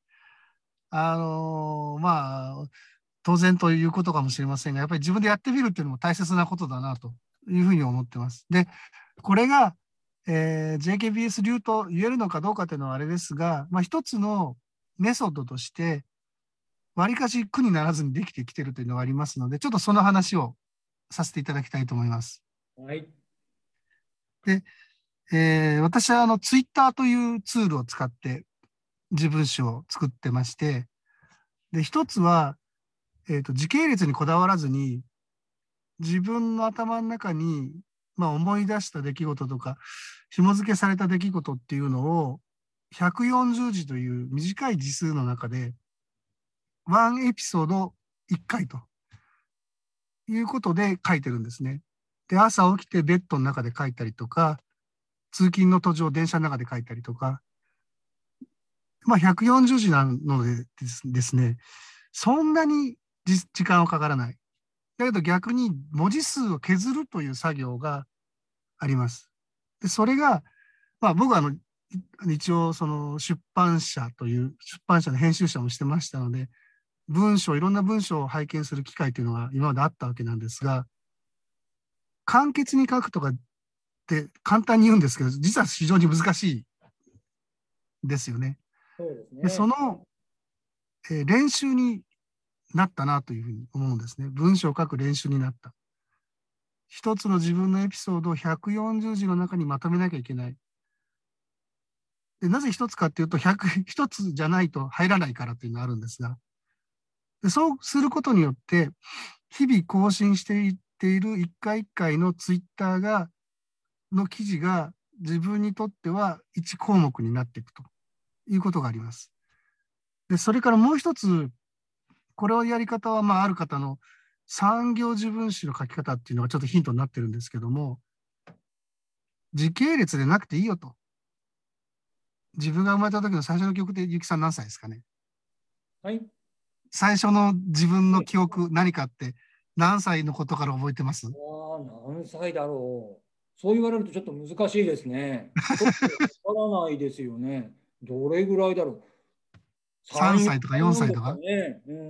当然ということかもしれませんが、やっぱり自分でやってみるっていうのも大切なことだなというふうに思ってます。で、これが、JKBS 流と言えるのかどうかというのはあれですが、一つのメソッドとして、わりかし苦にならずにできてきているというのがありますので、ちょっとその話をさせていただきたいと思います。 はい。 で、私はツイッターというツールを使って自分史を作ってまして、で、一つは、時系列にこだわらずに、自分の頭の中に、思い出した出来事とか、紐付けされた出来事っていうのを、140字という短い字数の中で、ワンエピソード1回ということで書いてるんですね。で、朝起きてベッドの中で書いたりとか、通勤の途上、電車の中で書いたりとか、140字なのでですね、そんなに時間はかからない。だけど逆に文字数を削るという作業があります。で、それが、僕は一応その出版社の編集者もしてましたので、いろんな文章を拝見する機会というのが今まであったわけなんですが、簡潔に書くとかって簡単に言うんですけど、実は非常に難しいですよね。 そうですね。 で、その、練習になったなというふうに思うんですね。文章を書く練習になった。一つの自分のエピソードを140字の中にまとめなきゃいけない。で、なぜ一つかっていうと、一つじゃないと入らないからっていうのがあるんですが、で、そうすることによって、日々更新していっている一回一回のツイッターの記事が自分にとっては1項目になっていくということがあります。で、それからもう一つ、これをやり方は、ある方の産業自分史の書き方っていうのがちょっとヒントになってるんですけども、時系列でなくていいよと。自分が生まれた時の最初の記憶ってゆきさん何歳ですかね。 はい。 最初の自分の記憶何かって何歳のことから覚えてます？ 何歳だろう。そう言われるとちょっと難しいですね。ちょっとわからないですよね。どれぐらいだろう。 3 3、4 歳とか4 歳なんですか歳とかね。うん。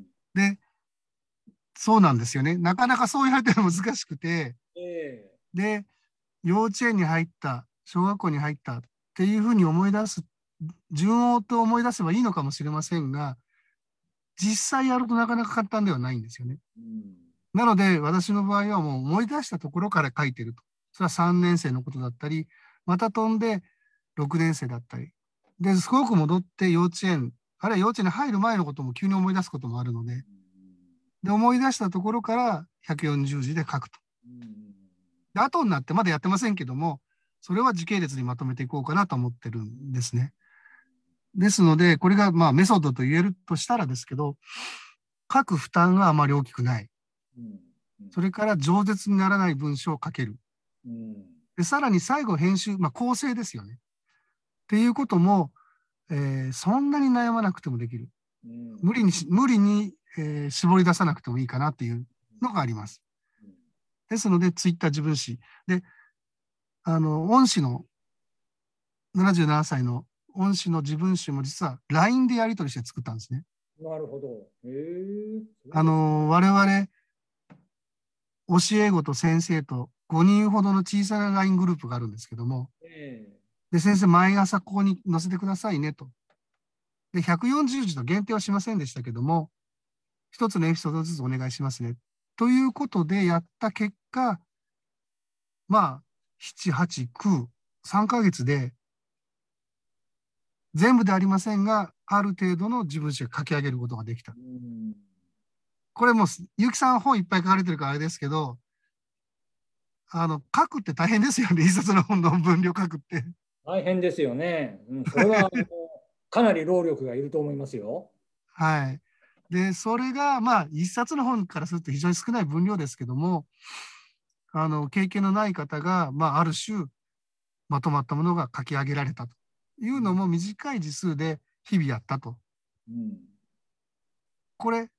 で、そうなんですよね。なかなかそう言われても難しくて、 えで、幼稚園に入った、小学校に入ったっていうふうに思い出す、順を追って思い出せばいいのかもしれませんが、実際やるとなかなか簡単ではないんですよね。 うん、 なので、私の場合はもう思い出したところから書いてると。それは3年生のことだったり、また飛んで6年生だったり。で、すごく戻って幼稚園、あるいは幼稚園に入る前のことも急に思い出すこともあるので、で、思い出したところから140字で書くと。 うん、 で、後になってまだやってませんけども、 それは時系列にまとめていこうかなと思ってるんですね。ですので、これがまあメソッドと言えるとしたらですけど、書く負担があまり大きくない。それから饒舌にならない文章を書ける。でさらに最後編集、構成ですよね。っていうことも、そんなに悩まなくてもできる。無理に、絞り出さなくてもいいかなっていうのがあります。ですので、ツイッター自分史。で、恩師の77歳の恩師の自分史も実は LINE でやり取りして作ったんですね。 なるほど。 我々、教え子と先生と5人ほどの小さな LINE グループがあるんですけども、で、先生、毎朝ここに載せてくださいねと。で、140字と限定はしませんでしたけども、一つのエピソードずつお願いしますね。ということでやった結果、7、8、9、3ヶ月で、全部でありませんが、ある程度の自分史を書き上げることができた。これも、結城さん本いっぱい書かれてるからあれですけど、書くって大変ですよね。一冊の本の分量書くって。 大変ですよね。それはかなり労力がいると思いますよ。 はい。で、それが、一冊の本からすると非常に少ない分量ですけども、経験のない方が、ある種、まとまったものが書き上げられたというのも短い字数で日々やったと。これ、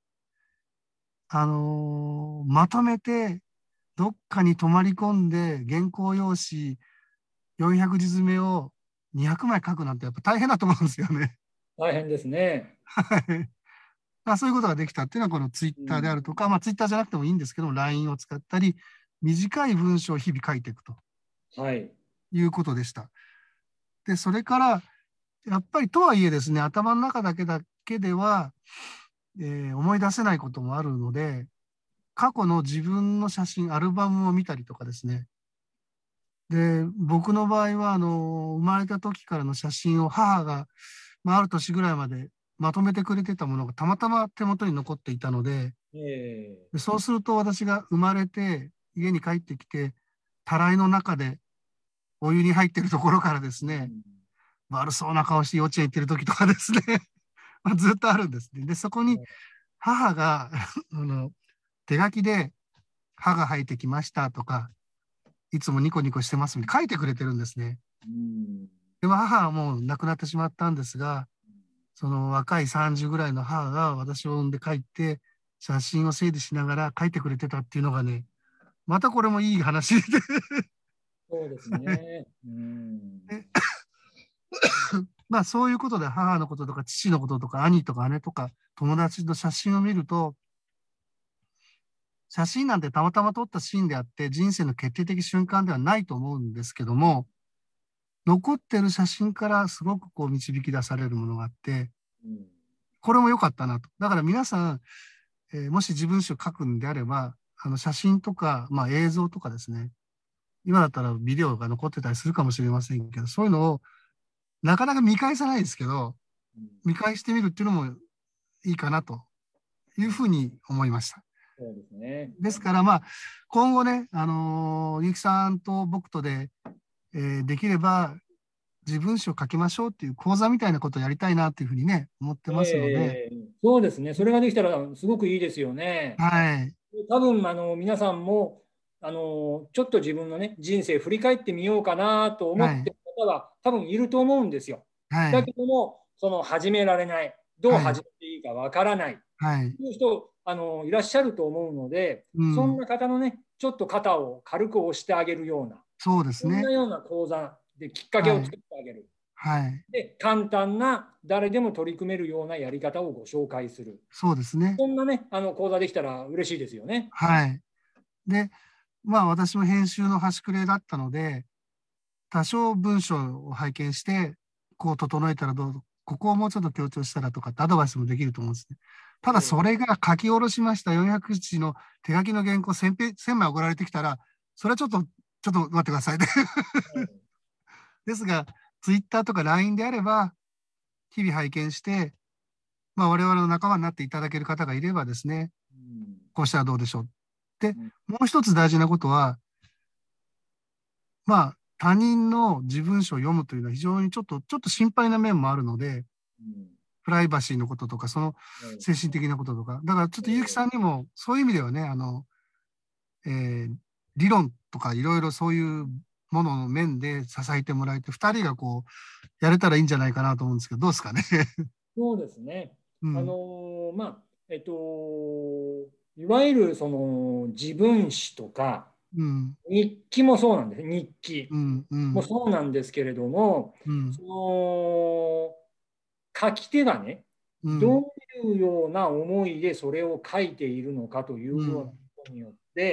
まとめて、どっかに泊まり込んで、原稿用紙400字詰めを200枚書くなんてやっぱ大変だと思うんですよね。 大変ですね。 はい。そういうことができたっていうのはこのツイッターであるとか、ツイッターじゃなくてもいいんですけども、LINE を使ったり、短い文章を日々書いていくと、いうことでした。で、それから、やっぱりとはいえですね、頭の中だけでは、思い出せないこともあるので、過去の自分の写真、アルバムを見たりとかですね。で、僕の場合は、生まれた時からの写真を母が、ある年ぐらいまでまとめてくれてたものがたまたま手元に残っていたので、そうすると私が生まれて家に帰ってきて、たらいの中でお湯に入ってるところからですね、悪そうな顔して幼稚園行ってる時とかですね、ずっとあるんですね。で、そこに母が手書きで歯が生えてきましたとか、いつもニコニコしてますって書いてくれてるんですね。でも母はもう亡くなってしまったんですが、その若い30ぐらいの母が私を産んで帰って、写真を整理しながら書いてくれてたっていうのがね、またこれもいい話で。 そうですね。 そういうことで母のこととか父のこととか兄とか姉とか友達の写真を見ると、写真なんてたまたま撮ったシーンであって人生の決定的瞬間ではないと思うんですけども、残ってる写真からすごくこう導き出されるものがあって、これも良かったなと。だから皆さん、もし自分史を書くんであれば、写真とか、映像とかですね、今だったらビデオが残ってたりするかもしれませんけど、そういうのをなかなか見返さないですけど、見返してみるっていうのもいいかなというふうに思いました。 そうですね。 ですから、今後ね、結城さんと僕とで、できれば自分史を書きましょうっていう講座みたいなことをやりたいなっていうふうにね、思ってますので。 そうですね。それができたらすごくいいですよね。 はい。 多分皆さんもちょっと自分のね人生振り返ってみようかなと思っている方は多分いると思うんですよ。だけども始められない、どう始めていいかわからないという人いらっしゃると思うので、そんな方のねちょっと肩を軽く押してあげるような、 そうですね。 そんなような講座できっかけを作ってあげる。で簡単な誰でも取り組めるようなやり方をご紹介する。 そうですね。 そんなね講座できたら嬉しいですよね。 はい。で、私も編集の端くれだったので、多少文章を拝見して、こう整えたらここをもうちょっと強調したらとかってアドバイスもできると思うんですね。ただそれが書き下ろしました400字の手書きの原稿1000枚送られてきたら、それはちょっと待ってくださいね。ですが、ツイッターとか LINE であれば、日々拝見して、我々の仲間になっていただける方がいればですね、こうしたらどうでしょう。で、もう一つ大事なことは、 他人の自分史を読むというのは非常にちょっと心配な面もあるので、プライバシーのこととか、その精神的なこととか、だからちょっと結城さんにもそういう意味ではね、理論とかいろいろそういうものの面で支えてもらえて、2人がこう、やれたらいいんじゃないかなと思うんですけど、どうですかね。 そうですね。 うん、 まあ、いわゆるその自分史とか、 うん、 日記もそうなんです。日記うん、うん、 もそうなんですけれども、 うん、 その書き手がね、 うん、 どういうような思いでそれを書いているのかというようなことによって、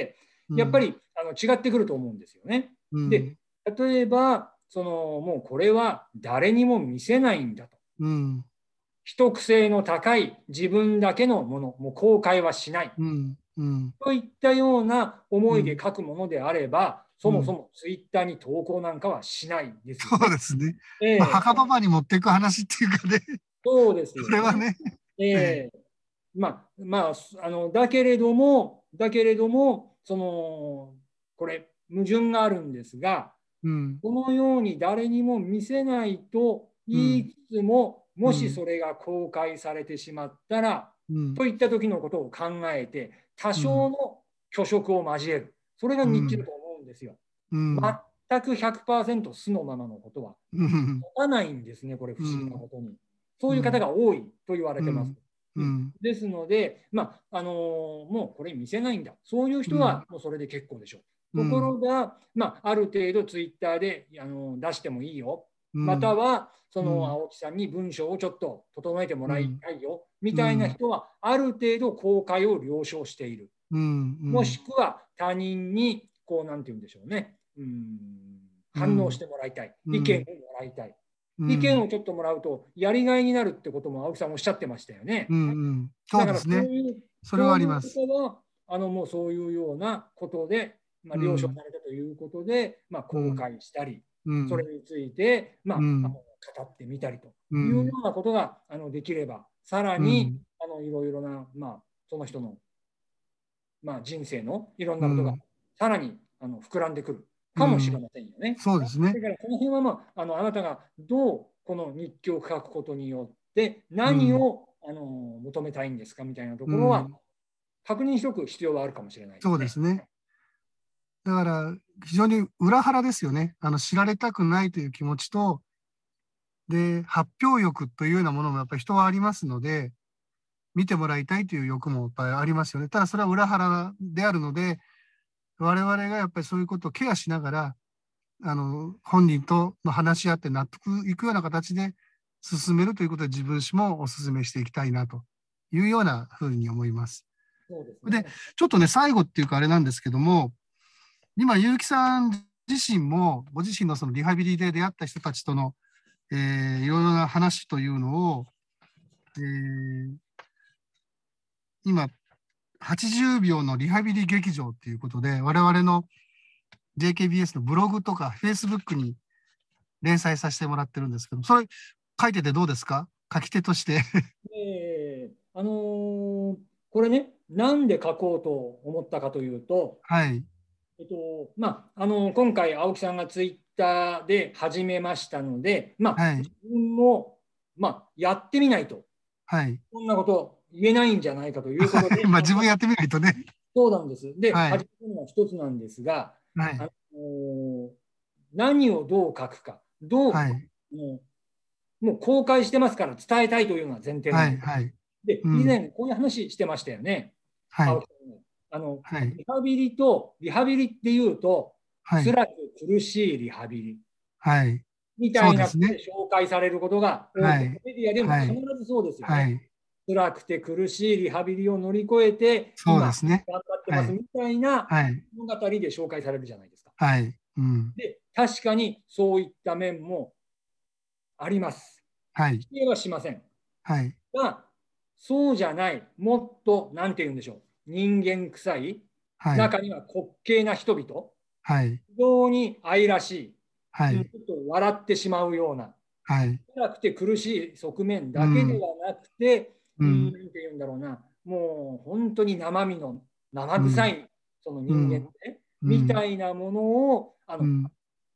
うん、 やっぱり違ってくると思うんですよね。で、 うん、 例えば、もうこれは誰にも見せないんだと。 うん、 秘匿性の高い自分だけのもの、もう公開はしない。 うん、うん、 といったような思いでうん、 書くものであれば、そもそうん。 もツイッターに投稿なんかはしないですよそうでね。 すね。まあ、 ええ、 墓場場に持っていく話っていうかね、 そうですそよね。 れはね、ええ、 ええ、だけれども、これ、矛盾があるんですが、 うん、 このように誰にも見せないとうん、 言いつつも、もしうん、 それが公開されてしまったら、 うん、 といった時のことを考えて、多うん、 少の虚飾を交える。それがうん、 日記だと思うんですよ。 うん、 全く100%素のままのことはうん、 持たないんですね、これ不思議なうん、 ことに。そういう方うん、 が多いと言われてます。 うん、うん、 ですので、もうこれ見せないんだ。そういう人はもうそれで結構でしょう。とこうん、 ろが、ある程度ツイッターで出してもいいよ。またうん、 は、そのうん、 青木さんに文章をちょっと整えてもらいうん、 たいよ。みたいなうん、 人は、ある程度公開を了承している。 うん、うもん、 しくは他人に、こう、なんて言うんでしょうね。反応してもらいたい。意見をもらいたい。意見をちょっともらうと、やりがいになるってことも青木さんおっしゃってましたよね。 うん、そだからうですね。それはそういうあります。 方は、もうそういうようなことで、了承うん、 されたということで、公うん、 開したり、 うん、 それについて、 うん、 語ってみたりというようん、 うなことができれば、さらにうん、 いろいろな、その人の、人生のいろんなことがうん、 さらに膨らんでくるうん、 かもしれませんよね。 そうですね。 だからこの辺は、あなたがどうこの日記を書くことによってうん、 何を求めたいんですかみたいなところはうん、 確認しておく必要はあるかもしれないでそすね。 うですね。だから、非常に裏腹ですよね。知られたくないという気持ちと、で、発表欲というようなものもやっぱり人はありますので、見てもらいたいという欲もやっぱりありますよね。ただそれは裏腹であるので、我々がやっぱりそういうことをケアしながら、本人との話し合って納得いくような形で進めるということで自分史もお勧めしていきたいなというようなふうに思います。で、 そうですね。 ちょっとね、最後っていうかあれなんですけども、今、結城さん自身も、ご自身のそのリハビリで出会った人たちとの、いろいろな話というのを、今、80秒のリハビリ劇場ということで、我々の JKBS のブログとか Facebook に連載させてもらってるんですけど、それ書いててどうですか？書き手として。 これね、なんで書こうと思ったかというと、 はい。 今回、青木さんがツイッターで始めましたので、自はい。 分も、やってみないと、 はい。 こんなこと言えないんじゃないかということで、 まあ自分やってみないとね。 そうなんです。で、 はい。 始めるのは一つなんですが、あはい。 の何をどう書くか、 はい。 もう公開してますから伝えたいというのが前提なはい。 んです。 はい。 で、以うん。 前こういう話してましたよね。 はい。 青木さんもはい。 リハビリっていうと、 はい。 辛く苦しいリハビリはい。 みたそういなことでですね。 紹介されることが多くて、 はい。 メディアでも必はい。 ずそうですよね。 はい。 辛くて苦しいリハビリを乗り越えて、今、 そうですね。 頑張ってはい。 ますみたいなはい。 物語で紹介されるじゃないですか。 はい。うん。 で、確かにそういった面もあります。 はい。 否定はしません。 はい。 が、そうじゃない、もっと、なんて言うんでしょう、人間臭い、 はい。 中には滑稽な人々、 はい。 非常に愛らしい、ちはい。 ょっと笑ってしまうような、 はい。 辛くて苦しい側面だけでうん。 はなくて、 うん。 なんて言うんだろうな、もう本当に生身の、生うん。 臭いそのうん。 人間性うん。 みたいなものをうん。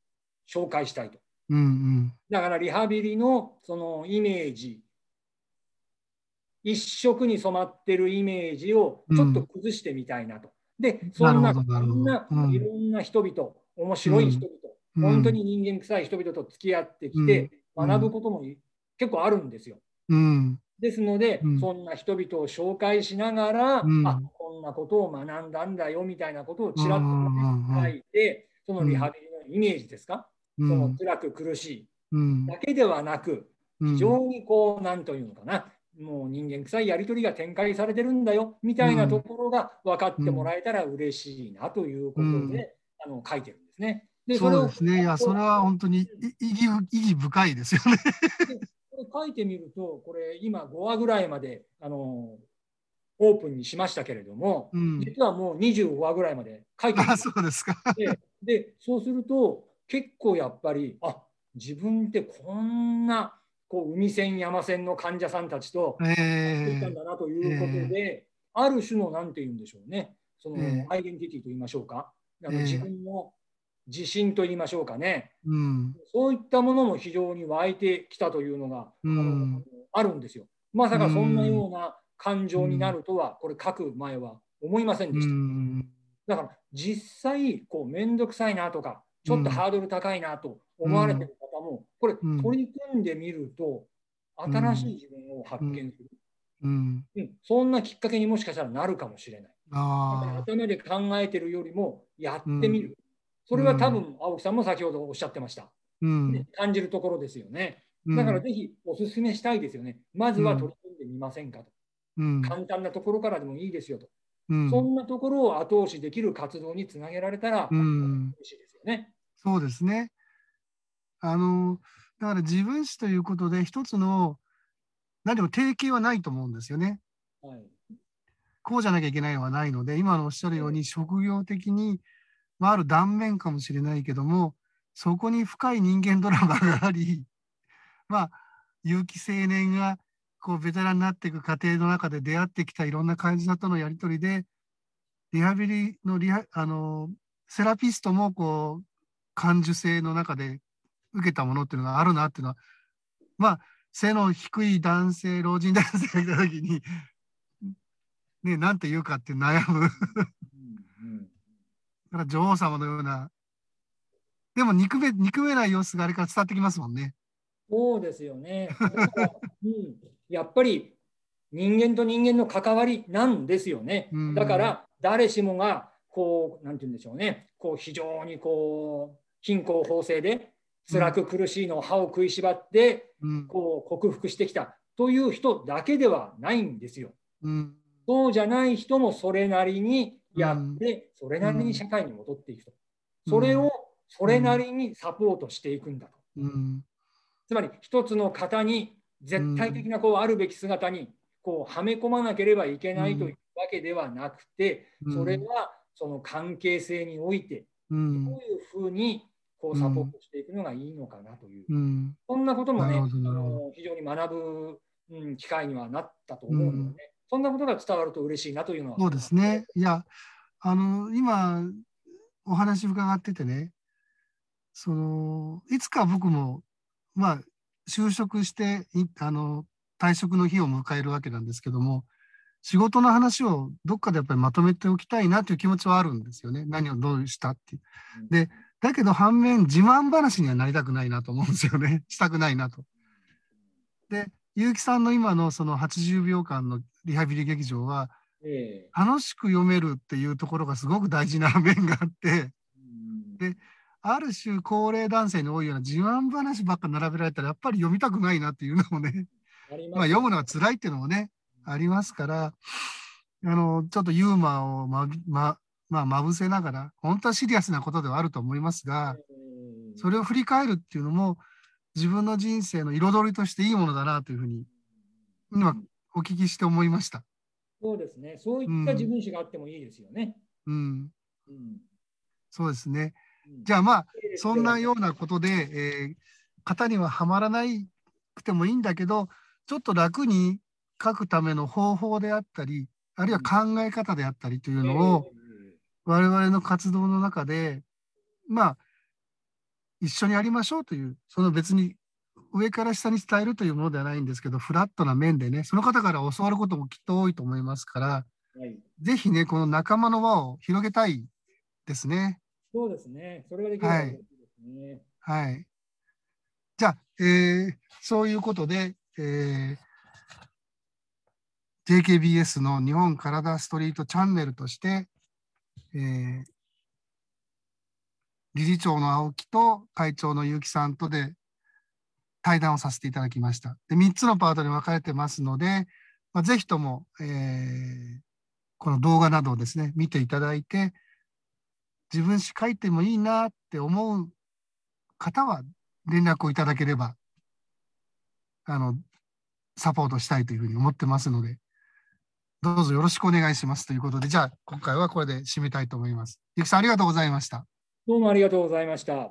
紹介したいと。 うんうん、 だからリハビリのそのイメージ、一色に染まってるイメージをちょっと崩してみたいなと。で、そんな、こんないろんな人々、面白い人々、本当に人間臭い人々と付き合ってきて、学ぶことも結構あるんですよ。ですので、そんな人々を紹介しながら、こんなことを学んだんだよみたいなことをちらっと書いて、そのリハビリのイメージですか、その辛く苦しいだけではなく、非常にこう、なんというのかな、もう人間臭いやり取りが展開されてるんだよみたいなところが分かってもらえたら嬉しいなということで、書いてるんですね。 で、そうですね。いや、それは本当に意義深いですよね。 これ書いてみると、これ今5話ぐらいまでオープンにしましたけれども、実はもう25話ぐらいまで書いてるんです。 そうですか。 で、そうすると結構やっぱり、自分ってこんなこう海線山線の患者さんたちとやってきたんだなということで、ある種のなんて言うんでしょうね、そのアイデンティティと言いましょうか、自分の自信と言いましょうかね、そういったものも非常に湧いてきたというのが、あるんですよ。まさかそんなような感情になるとは、これ書く前は思いませんでした。だから実際こう面倒くさいなとか、ちょっとハードル高いなと思われている方も、これ取り組んでみると新しい自分を発見する、そんなきっかけにもしかしたらなるかもしれない。だから頭で考えてるよりもやってみる、それは多分青木さんも先ほどおっしゃってました、感じるところですよね。だからぜひお勧めしたいですよね。まずは取り組んでみませんかと、簡単なところからでもいいですよと、そんなところを後押しできる活動につなげられたら嬉しいですよね。 そうですね。だから自分史ということで一つの何も定型はないと思うんですよね。こうじゃなきゃいけないのはないので、今のおっしゃるように職業的に、ある断面かもしれないけども、そこに深い人間ドラマがあり、有機青年がこうベテランになっていく過程の中で出会ってきたいろんな患者さんとのやり取りで、リハビリのセラピストもこう感受性の中で受けたものっていうのがあるなっていうのは、背の低い男性、老人男性がいた時に、なんて言うかって悩む。だから女王様のような、でも憎めない様子があれから伝わってきますもんね。 そうですよね。だから、やっぱり人間と人間の関わりなんですよね。だから誰しもがこう、なんて言うんでしょうね、こう非常にこう貧困法制で辛く苦しいのを歯を食いしばってこう克服してきたという人だけではないんですよ。そうじゃない人もそれなりにやって、それなりに社会に戻っていくと。それをそれなりにサポートしていくんだと。つまり一つの型に絶対的なこうあるべき姿にこうはめ込まなければいけないというわけではなくて、それはその関係性においてどういうふうにこうサポートしていくのがいいのかなという、そんなこともね、非常に学ぶ機会にはなったと思うのでね、そんなことが伝わると嬉しいなというのは。 そうですね。いや、今お話伺っててね、いつか僕も就職して退職の日を迎えるわけなんですけども、仕事の話をどっかでやっぱりまとめておきたいなという気持ちはあるんですよね。何をどうしたっていう。で、だけど反面自慢話にはなりたくないなと思うんですよね。したくないなと。で、結城さんの今のその80秒間のリハビリ劇場は、楽しく読めるっていうところがすごく大事な面があって、で、ある種高齢男性に多いような自慢話ばっか並べられたらやっぱり読みたくないなっていうのもね、読むのが辛いっていうのもね、ありますから、ちょっとユーモアをまぶせながら、本当はシリアスなことではあると思いますが、それを振り返るっていうのも自分の人生の彩りとしていいものだなというふうに今お聞きして思いました。 そうですね。そういった自分史があってもいいですよね。 そうですね。じゃあそんなようなことで、型にははまらなくてもいいんだけど、ちょっと楽に書くための方法であったり、あるいは考え方であったりというのを、我々の活動の中で、 一緒にやりましょうという、その別に上から下に伝えるというものではないんですけど、フラットな面でね、その方から教わることもきっと多いと思いますから、はい、ぜひね、この仲間の輪を広げたいですね。 そうですね。それができれば嬉しいですね。 はい。はい。じゃあ、そういうことで、JKBS の日本体ストリートチャンネルとして、理事長の青木と会長の結城さんとで対談をさせていただきました。で、3つのパートに分かれてますので、ぜひとも、この動画などをですね、見ていただいて、自分史書いてもいいなって思う方は連絡をいただければ、サポートしたいというふうに思ってますので、どうぞよろしくお願いしますということで、じゃあ今回はこれで締めたいと思います。ゆきさんありがとうございました。 どうもありがとうございました。